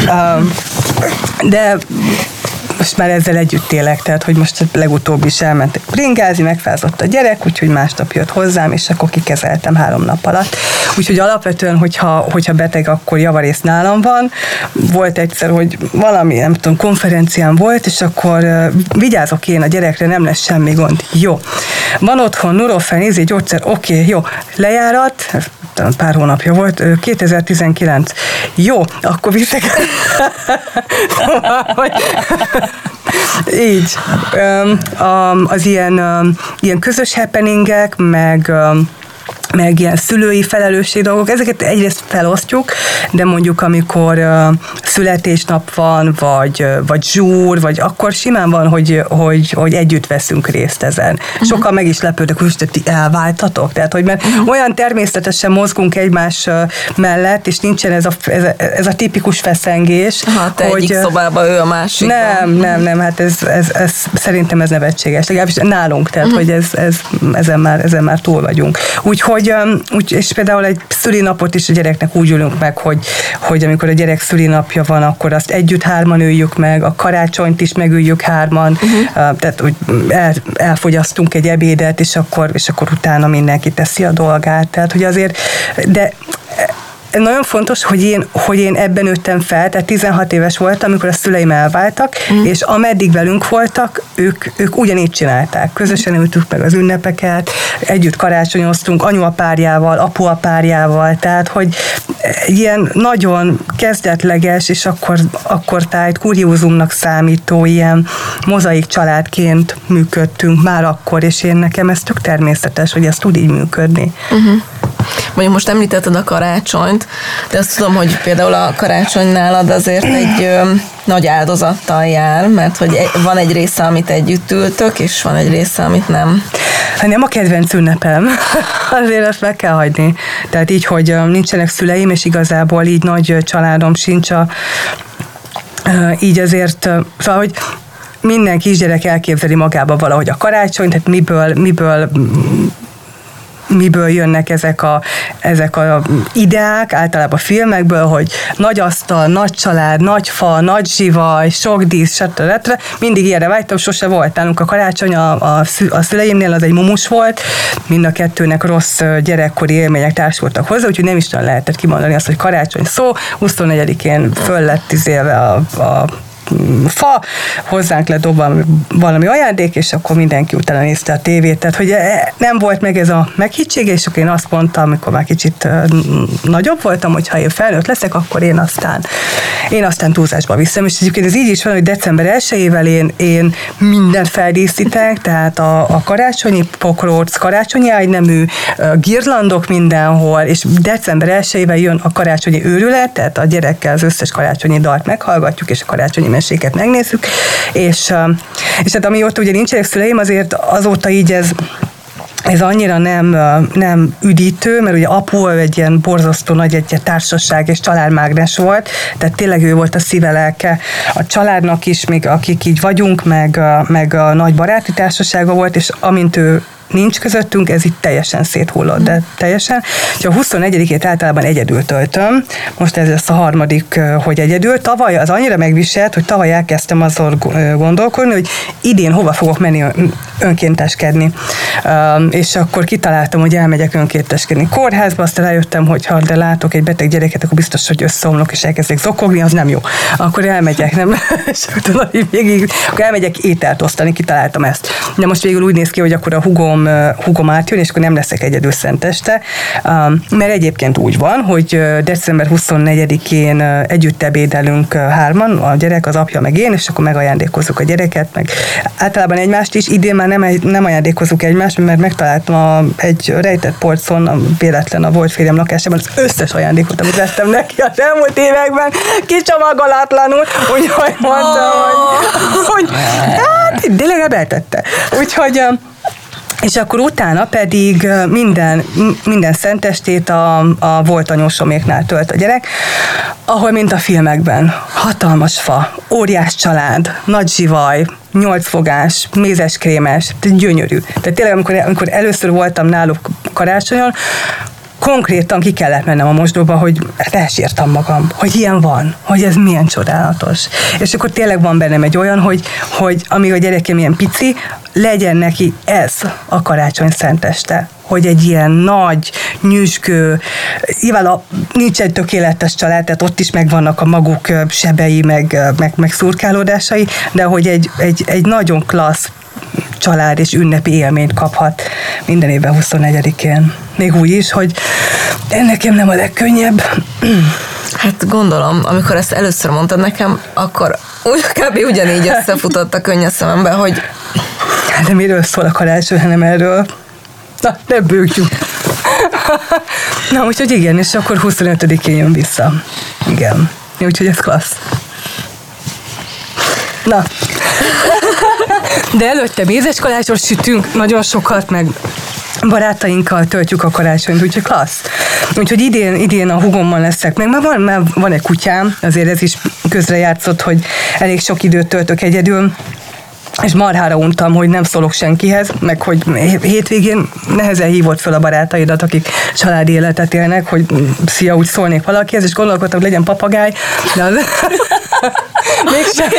S1: de most már ezzel együtt élek, tehát hogy most legutóbb is elmentek bringázni, megfázott a gyerek, úgyhogy másnap jött hozzám, és akkor kikezeltem három nap alatt. Úgyhogy alapvetően, hogyha, hogyha beteg, akkor javarészt nálam van. Volt egyszer, hogy valami, nem tudom, konferencián volt, és akkor uh, vigyázok én a gyerekre, nem lesz semmi gond. Jó. Van otthon Nurofen, ízi, gyógyszer, oké, okay, jó. Lejárat, pár hónapja volt, kétezer-tizenkilenc. Jó, akkor viszek. Így. Az ilyen, ilyen közös happeningek, meg meg ilyen szülői felelősség dolgok, ezeket egyrészt felosztjuk, de mondjuk amikor uh, születésnap van, vagy, uh, vagy zsúr, vagy akkor simán van, hogy, hogy, hogy együtt veszünk részt ezen. Uh-huh. Sokan meg is lepődök, hogy ti elváltatok, tehát hogy mert uh-huh. olyan természetesen mozgunk egymás uh, mellett, és nincsen ez a, ez a, ez a tipikus feszengés.
S2: Aha, te hogy, egyik szobában, ő a másikban.
S1: Nem, nem, nem, hát ez, ez, ez szerintem ez nevetséges, legalábbis nálunk, tehát uh-huh. hogy ez, ez, ezen, már, ezen már túl vagyunk. Úgyhogy Hogy, úgy, és például egy szülinapot is a gyereknek úgy ülünk meg, hogy, hogy amikor a gyerek szülinapja van, akkor azt együtt hárman üljük meg, a karácsonyt is megüljük hárman, uh-huh. tehát úgy el, elfogyasztunk egy ebédet, és akkor, és akkor utána mindenki teszi a dolgát. Tehát, hogy azért, de nagyon fontos, hogy én, hogy én ebben nőttem fel, tehát tizenhat éves voltam, amikor a szüleim elváltak, mm. és ameddig velünk voltak, ők, ők ugyanígy csinálták. Közösen ültük meg az ünnepeket, együtt karácsonyoztunk anyuapárjával, apuapárjával, tehát, hogy ilyen nagyon kezdetleges, és akkor, akkor tájt kuriózumnak számító ilyen mozaik családként működtünk már akkor, és én nekem ez tök természetes, hogy ez tud így működni.
S2: Uh-huh. Mondjuk most említetted a karácsonyt, de azt tudom, hogy például a karácsony nálad azért egy ö, nagy áldozattal jár, mert hogy van egy része, amit együtt ültök, és van egy része, amit nem.
S1: Hát nem a kedvenc ünnepem, azért azt meg kell hagyni. Tehát így, hogy nincsenek szüleim, és igazából így nagy családom sincs, a, így azért, szóval, hogy minden kisgyerek elképzeli magába valahogy a karácsony, tehát miből, miből miből jönnek ezek a, ezek a ideák, általában a filmekből, hogy nagy asztal, nagy család, nagy fa, nagy zsivaj, sok dísz, stb. Mindig ilyenre vágytam, sose volt nálunk a karácsony, a, a, a szüleimnél az egy mumus volt, mind a kettőnek rossz gyerekkori élmények társultak hozzá, úgyhogy nem is nagyon lehetett kimondani azt, hogy karácsony szó, huszonnegyedikén föl lett izélve a, a fa, hozzánk lett dobva valami ajándék, és akkor mindenki utána nézte a tévét. Tehát, hogy nem volt meg ez a meghittsége, és akkor én azt mondtam, amikor már kicsit nagyobb voltam, hogy ha én felnőtt leszek, akkor én aztán, én aztán túlzásba viszem. És egyébként ez így is van, hogy december elsejével én, én mindent feldíszítek, tehát a, a karácsonyi pokróc, karácsonyi ágynemű, girlandok mindenhol, és december elsejével jön a karácsonyi őrület, tehát a gyerekkel az összes karácsonyi dalt meghallgatjuk, és a karácsonyi meséket megnézzük, és, és hát amióta ugye nincsenek szüleim, azért azóta így ez Ez annyira nem, nem üdítő, mert ugye apu egy ilyen borzasztó nagy egy társaság és családmágnes volt, tehát tényleg ő volt a szíve lelke a családnak is, még akik így vagyunk, meg, meg a nagy baráti társasága volt, és amint ő nincs közöttünk, ez itt teljesen széthullott, de teljesen. A huszonnegyedikét általában egyedül töltöm, most ez lesz a harmadik, hogy egyedül. Tavaly az annyira megviselt, hogy tavaly elkezdtem azon gondolkodni, hogy idén hova fogok menni önkénteskedni. És akkor kitaláltam, hogy elmegyek önkénteskedni kórházba, aztán rájöttem, hogy ha de látok egy beteg gyereket, akkor biztos, hogy összeomlok és elkezdek zokogni, az nem jó. Akkor elmegyek, nem? És végig, akkor elmegyek ételt osztani, kitaláltam ezt. De most végül úgy néz ki, hogy akkor a hugom húgom átjön, és akkor nem leszek egyedül szenteste, mert egyébként úgy van, hogy december huszonnegyedikén együtt ebédelünk hárman, a gyerek, az apja meg én, és akkor megajándékozzuk a gyereket, meg általában egymást is. Idén már nem, nem ajándékozzuk egymást, mert megtaláltam a, egy rejtett polcon, a, véletlen a volt férjem lakásában az összes ajándékot, amit vettem neki az elmúlt években, kicsomagolatlanul, úgyhogy mondtam, hogy, hogy hát, de legalább eltette. Úgyhogy és akkor utána pedig minden, minden szentestét a, a volt anyósoméknál tölt a gyerek, ahol mint a filmekben, hatalmas fa, óriás család, nagy zsivaj, nyolcfogás, mézeskrémes, gyönyörű. Tehát tényleg, amikor, amikor először voltam náluk karácsonyon, konkrétan ki kellett mennem a mosdóba, hogy elsírtam magam, hogy ilyen van, hogy ez milyen csodálatos. És akkor tényleg van bennem egy olyan, hogy, hogy amíg a gyerekem ilyen pici, legyen neki ez a karácsony szenteste, hogy egy ilyen nagy, nyüzsgő, nyilván a, nincs egy tökéletes család, tehát ott is megvannak a maguk sebei, meg, meg, meg szurkálódásai, de hogy egy, egy, egy nagyon klassz család és ünnepi élményt kaphat minden évben huszonnegyedikén. Még úgy is, hogy nekem nem a legkönnyebb.
S2: Hát gondolom, amikor ezt először mondtad nekem, akkor úgy kb. Ugyanígy összefutott a könny a szemembe, hogy...
S1: Hát de miről szól a karácsony, hanem erről? Na, ne bőgjünk. Na, úgyhogy igen, és akkor huszonötödikén jön vissza. Igen. Úgyhogy ez klassz. Na. De előtte mézes kalácsot sütünk, nagyon sokat, meg barátainkkal töltjük a karácsonyt, úgyhogy klassz. Úgyhogy idén, idén a hugommal leszek meg, már van, már van egy kutyám, azért ez is közrejátszott, hogy elég sok időt töltök egyedül, és marhára untam, hogy nem szólok senkihez, meg hogy hétvégén nehezen hívott fel a barátaidat, akik családi életet élnek, hogy szia, úgy szólnék valakihez, és gondolkodtam, hogy legyen papagáj, de az... mégsem,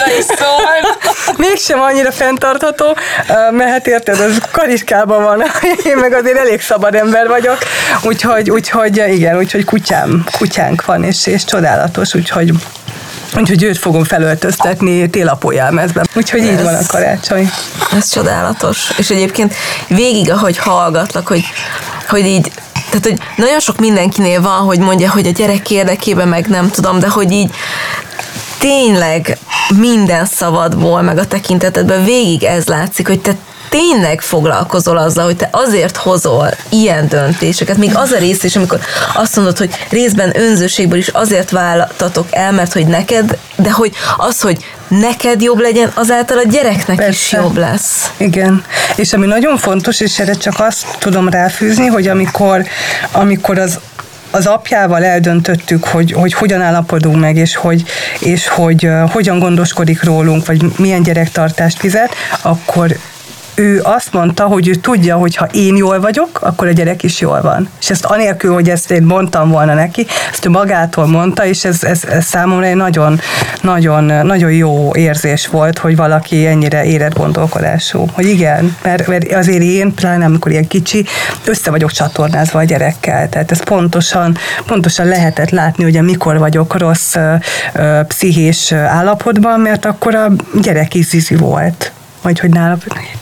S1: mégsem annyira fenntartható, mert hát érted, az Kariskában van, én meg azért elég szabad ember vagyok, úgyhogy, úgyhogy igen, úgyhogy kutyám, kutyánk van, és, és csodálatos, úgyhogy Úgyhogy őt fogom felöltöztetni télapójelmezben. Úgyhogy így ez, van a karácsony.
S2: Ez csodálatos. És egyébként végig, ahogy hallgatlak, hogy, hogy így, tehát, hogy nagyon sok mindenkinél van, hogy mondja, hogy a gyerek érdekében meg nem tudom, de hogy így tényleg minden szavadból, meg a tekintetedben végig ez látszik, hogy te tényleg foglalkozol azzal, hogy te azért hozol ilyen döntéseket, még az a rész is, amikor azt mondod, hogy részben önzőségből is azért váltatok el, mert hogy neked, de hogy az, hogy neked jobb legyen, azáltal a gyereknek Persze. is jobb lesz.
S1: Igen. És ami nagyon fontos, és erre csak azt tudom ráfűzni, hogy amikor, amikor az az apjával eldöntöttük, hogy, hogy hogyan állapodunk meg, és hogy, és hogy uh, hogyan gondoskodik rólunk, vagy milyen gyerektartást fizet, akkor ő azt mondta, hogy ő tudja, hogy ha én jól vagyok, akkor a gyerek is jól van. És ezt anélkül, hogy ezt én mondtam volna neki, ezt ő magától mondta, és ez, ez, ez számomra egy nagyon, nagyon, nagyon jó érzés volt, hogy valaki ennyire érett gondolkodású. Hogy igen, mert, mert azért én, pláne amikor ilyen kicsi, össze vagyok csatornázva a gyerekkel. Tehát ez pontosan, pontosan lehetett látni, hogy mikor vagyok rossz ö, ö, pszichés állapotban, mert akkor a gyerek is zizi volt. Vagy hogy nála,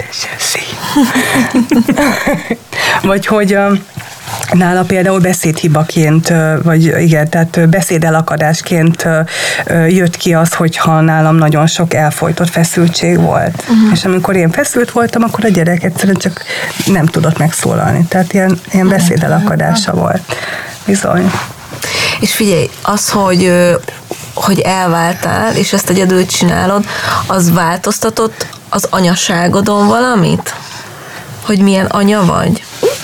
S1: vagy hogy nála például beszédhibaként, vagy igen, tehát beszédelakadásként jött ki az, hogyha nálam nagyon sok elfojtott feszültség volt. Uh-huh. És amikor én feszült voltam, akkor a gyerek egyszerűen csak nem tudott megszólalni. Tehát ilyen, ilyen beszédelakadása volt. Bizony.
S2: És figyelj, az, hogy hogy elváltál, és ezt egyedül csinálod, az változtatott az anyaságodon valamit? Hogy milyen anya vagy?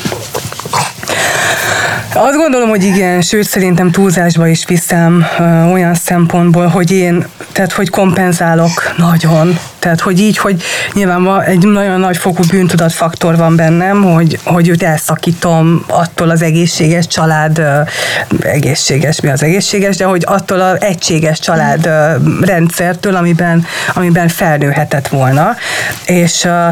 S1: Azt gondolom, hogy igen, sőt szerintem túlzásba is viszem ö, olyan szempontból, hogy én, tehát hogy kompenzálok nagyon. Tehát, hogy így, hogy nyilván egy nagyon nagy fokú bűntudatfaktor van bennem, hogy, hogy őt elszakítom attól az egészséges család, ö, egészséges, mi az egészséges, de hogy attól az egységes család ö, rendszertől, amiben, amiben felnőhetett volna. És ö,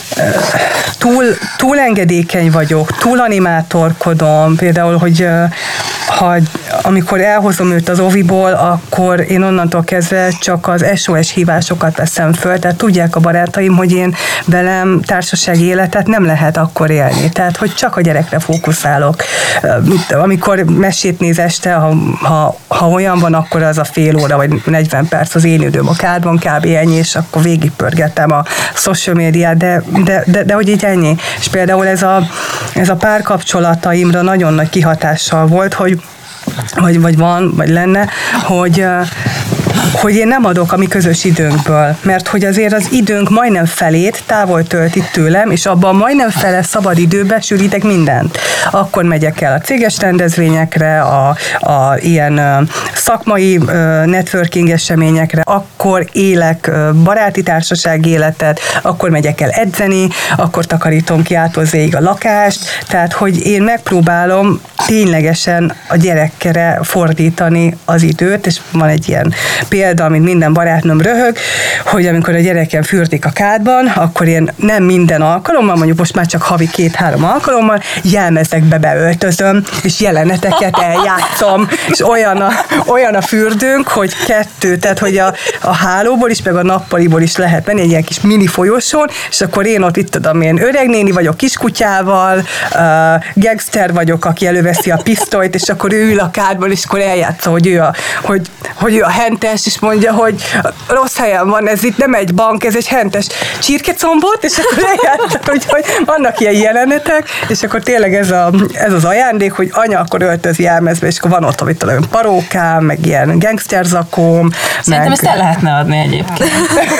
S1: túl, túl engedékeny vagyok, túl animátorkodom, például, hogy ha, amikor elhozom őt az oviból, akkor én onnantól kezdve csak az es o es hívásokat veszem föl, tehát tudják a barátaim, hogy én velem társasági életet nem lehet akkor élni, tehát hogy csak a gyerekre fókuszálok. Amikor mesét néz este, ha, ha, ha olyan van, akkor az a fél óra vagy negyven perc az én időm a kádban, kb. Ennyi, és akkor végigpörgettem a social médiát, de, de, de, de hogy így ennyi. És például ez a, ez a párkapcsolataimra nagyon nagy kihatással volt, hogy vagy, vagy van, vagy lenne, hogy, hogy én nem adok a mi közös időnkből, mert hogy azért az időnk majdnem felét távol tölti tőlem, és abban majdnem fele szabad időbe sűrítek mindent. Akkor megyek el a céges rendezvényekre, a, a ilyen szakmai networking eseményekre, akkor élek baráti társaság életet, akkor megyek el edzeni, akkor takarítom ki ától zéig a lakást, tehát hogy én megpróbálom ténylegesen a gyerekkere fordítani az időt, és van egy ilyen példa, amit minden barátnőm röhög, hogy amikor a gyerekem fürdik a kádban, akkor én nem minden alkalommal, mondjuk most már csak havi két-három alkalommal jelmezekbe beöltözöm, és jeleneteket eljátszom, és olyan a, olyan a fürdőnk, hogy kettő, tehát hogy a, a hálóból is, meg a nappaliból is lehet menni, egy ilyen kis mini folyosón, és akkor én ott, itt tudom én, öreg néni vagyok kiskutyával, uh, gangster vagyok, aki előveszi a pisztolyt, és akkor ő ül a kádban, és akkor eljátsza, hogy ő a, hogy, hogy ő a hentes, és mondja, hogy rossz helyen van, ez itt nem egy bank, ez egy hentes csirkecombot, és akkor eljátsza, hogy, hogy vannak ilyen jelenetek, és akkor tényleg ez, a, ez az ajándék, hogy anya akkor öltöz jelmezbe, és akkor van ott, amit talán parókám, meg ilyen gangsterzakóm.
S5: Szerintem
S1: meg...
S5: ezt el lehetne adni egyébként.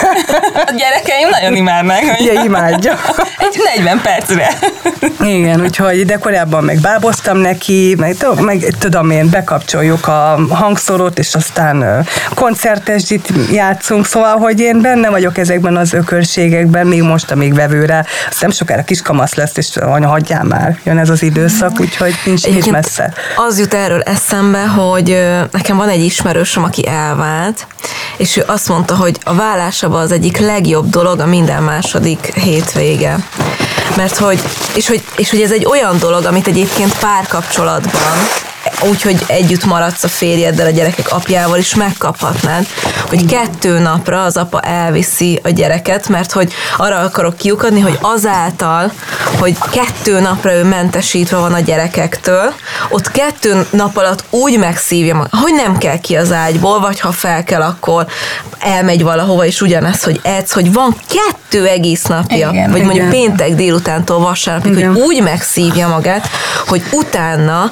S5: A gyerekeim nagyon imádnak. Hogy
S1: igen, imádja.
S5: Egy negyven percre.
S1: Igen, úgyhogy de korábban meg báboztam neki, meg, meg tudom én, bekapcsoljuk a hangszorot, és aztán koncertesdit játszunk, szóval, hogy én benne vagyok ezekben az ökörségekben, még most, amíg vevőre, azt nem sokára kiskamasz lesz, és anya, hagyjál már, jön ez az időszak, úgyhogy nincs itt messze.
S2: Az jut erről eszembe, hogy nekem van egy ismerősöm, aki elvált, és ő azt mondta, hogy a válásában az egyik legjobb dolog a minden második hétvége. Mert hogy, és hogy, és hogy ez egy olyan dolog, amit egyébként párkapcsolatban, úgyhogy együtt maradsz a férjeddel, a gyerekek apjával is megkaphatnád, hogy kettő napra az apa elviszi a gyereket, mert hogy arra akarok kiukadni, hogy azáltal, hogy kettő napra ő mentesítve van a gyerekektől, ott kettő nap alatt úgy megszívja magát, hogy nem kell ki az ágyból, vagy ha fel kell, akkor elmegy valahova, és ugyanez, hogy edz, hogy van kettő egész napja, igen, vagy mondjuk igen. péntek délutántól vasárnapig, igen. hogy úgy megszívja magát, hogy utána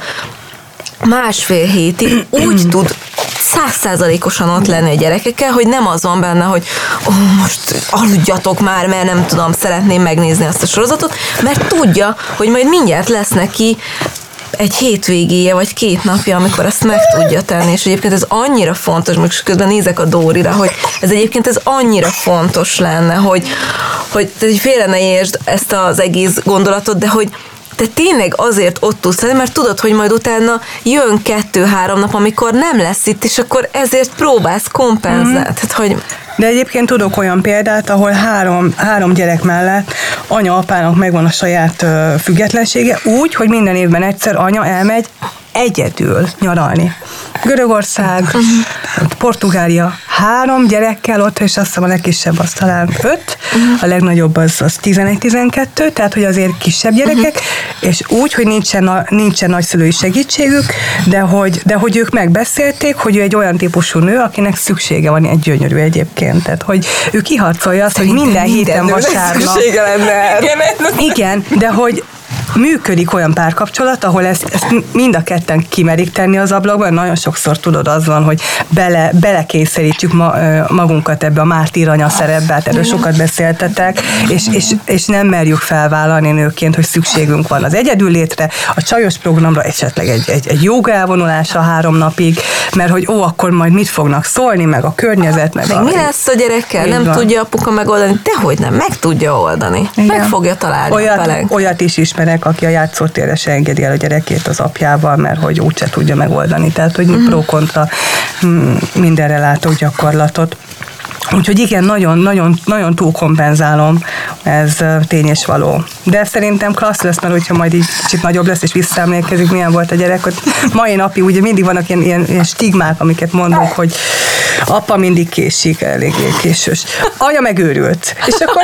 S2: másfél hétig úgy tud száz százalékosan ott lenni a gyerekekkel, hogy nem az van benne, hogy ó, most aludjatok már, mert nem tudom, szeretném megnézni azt a sorozatot, mert tudja, hogy majd mindjárt lesz neki egy hétvégéje, vagy két napja, amikor ezt meg tudja tenni, és egyébként ez annyira fontos, most közben nézek a Dórira, hogy ez egyébként ez annyira fontos lenne, hogy, hogy, tehát, hogy félre ne értsd ezt az egész gondolatot, de hogy te tényleg azért ott tudsz lenni, mert tudod, hogy majd utána jön kettő-három nap, amikor nem lesz itt, és akkor ezért próbálsz kompenzálni. Mm-hmm. Tehát, hogy...
S1: De egyébként tudok olyan példát, ahol három, három gyerek mellett anya-apának megvan a saját ö, függetlensége, úgy, hogy minden évben egyszer anya elmegy egyedül nyaralni. Görögország, Portugália, három gyerekkel ott, és azt hiszem a legkisebb az talán öt, a legnagyobb az, az tizenegy-tizenkettő, tehát hogy azért kisebb gyerekek, és úgy, hogy nincsen, nincsen nagyszülői segítségük, de hogy, de hogy ők megbeszélték, hogy ő egy olyan típusú nő, akinek szüksége van, egy gyönyörű egyébként, tehát hogy ő kiharcolja azt, hogy minden héten vasárnap. Igen, de hogy működik olyan párkapcsolat, ahol ezt, ezt mind a ketten kimerik tenni az ablakban. Nagyon sokszor tudod, az van, hogy bele, belekényszerítjük ma, magunkat ebbe a mártír anya szerepbe, hát erről sokat beszéltetek, és, és, és nem merjük felvállalni nőként, hogy szükségünk van az egyedüllétre, a csajos programra, esetleg egy, egy, egy jóga elvonulásra három napig, mert hogy ó, akkor majd mit fognak szólni, meg a környezet, meg, meg a...
S2: mi lesz a gyerekkel? Nem van. Tudja apuka megoldani? Dehogy nem, meg tudja oldani. Igen. Meg fogja találni
S1: olyat, olyat is ismerek, aki a játszótérre se engedi el a gyerekét az apjával, mert hogy úgyse tudja megoldani. Tehát, hogy uh-huh. pro-kontra mindenre látok gyakorlatot. Úgyhogy igen, nagyon, nagyon, nagyon túlkompenzálom, ez tény és való. De szerintem klassz lesz, mert hogyha majd így kicsit nagyobb lesz, és visszaemlékezik, milyen volt a gyerek, hogy mai napig ugye mindig vannak ilyen, ilyen, ilyen stigmák, amiket mondunk, hogy apa mindig késik, eléggé késős. Anya megőrült. És akkor,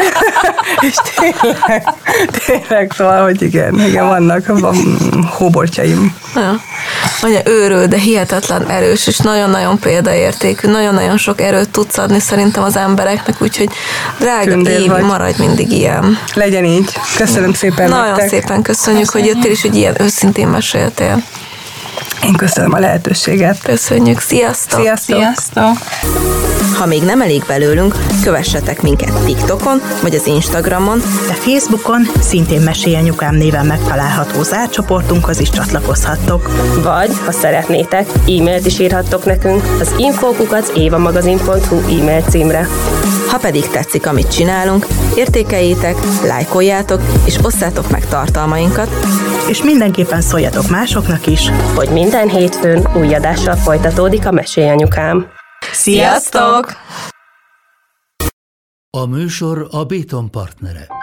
S1: és tényleg, tényleg, szóval, hogy igen, igen, vannak van hóbortjaim.
S2: Ja. Anya őrül, de hihetetlen erős, és nagyon-nagyon példaértékű, nagyon-nagyon sok erőt tudsz adni szerintem az embereknek, úgyhogy drága
S1: Kündér
S2: Évi,
S1: vagy.
S2: Maradj mindig ilyen.
S1: Legyen így. Köszönöm szépen
S2: Nagyon
S1: nektek.
S2: szépen köszönjük, hogy jöttél, és hogy ilyen őszintén meséltél.
S1: Én köszönöm a lehetőséget.
S2: Köszönjük, sziasztok!
S1: Sziasztok!
S5: Sziasztok!
S2: Ha még nem elég belőlünk, kövessetek minket TikTokon, vagy az Instagramon,
S4: de Facebookon szintén Mesélj Anyukám néven megtalálható zárt csoportunkhoz is csatlakozhattok.
S3: Vagy, ha szeretnétek, e-mailt is írhattok nekünk az info kukac évamagazin pont hu e-mail címre.
S2: Ha pedig tetszik, amit csinálunk, értékeljétek, lájkoljátok, és osszátok meg tartalmainkat,
S4: És mindenképpen szóljatok másoknak is,
S3: Hogy minden hétfőn új adással folytatódik a Mesélj Anyukám.
S2: Sziasztok!
S6: A műsor a Béton partnere.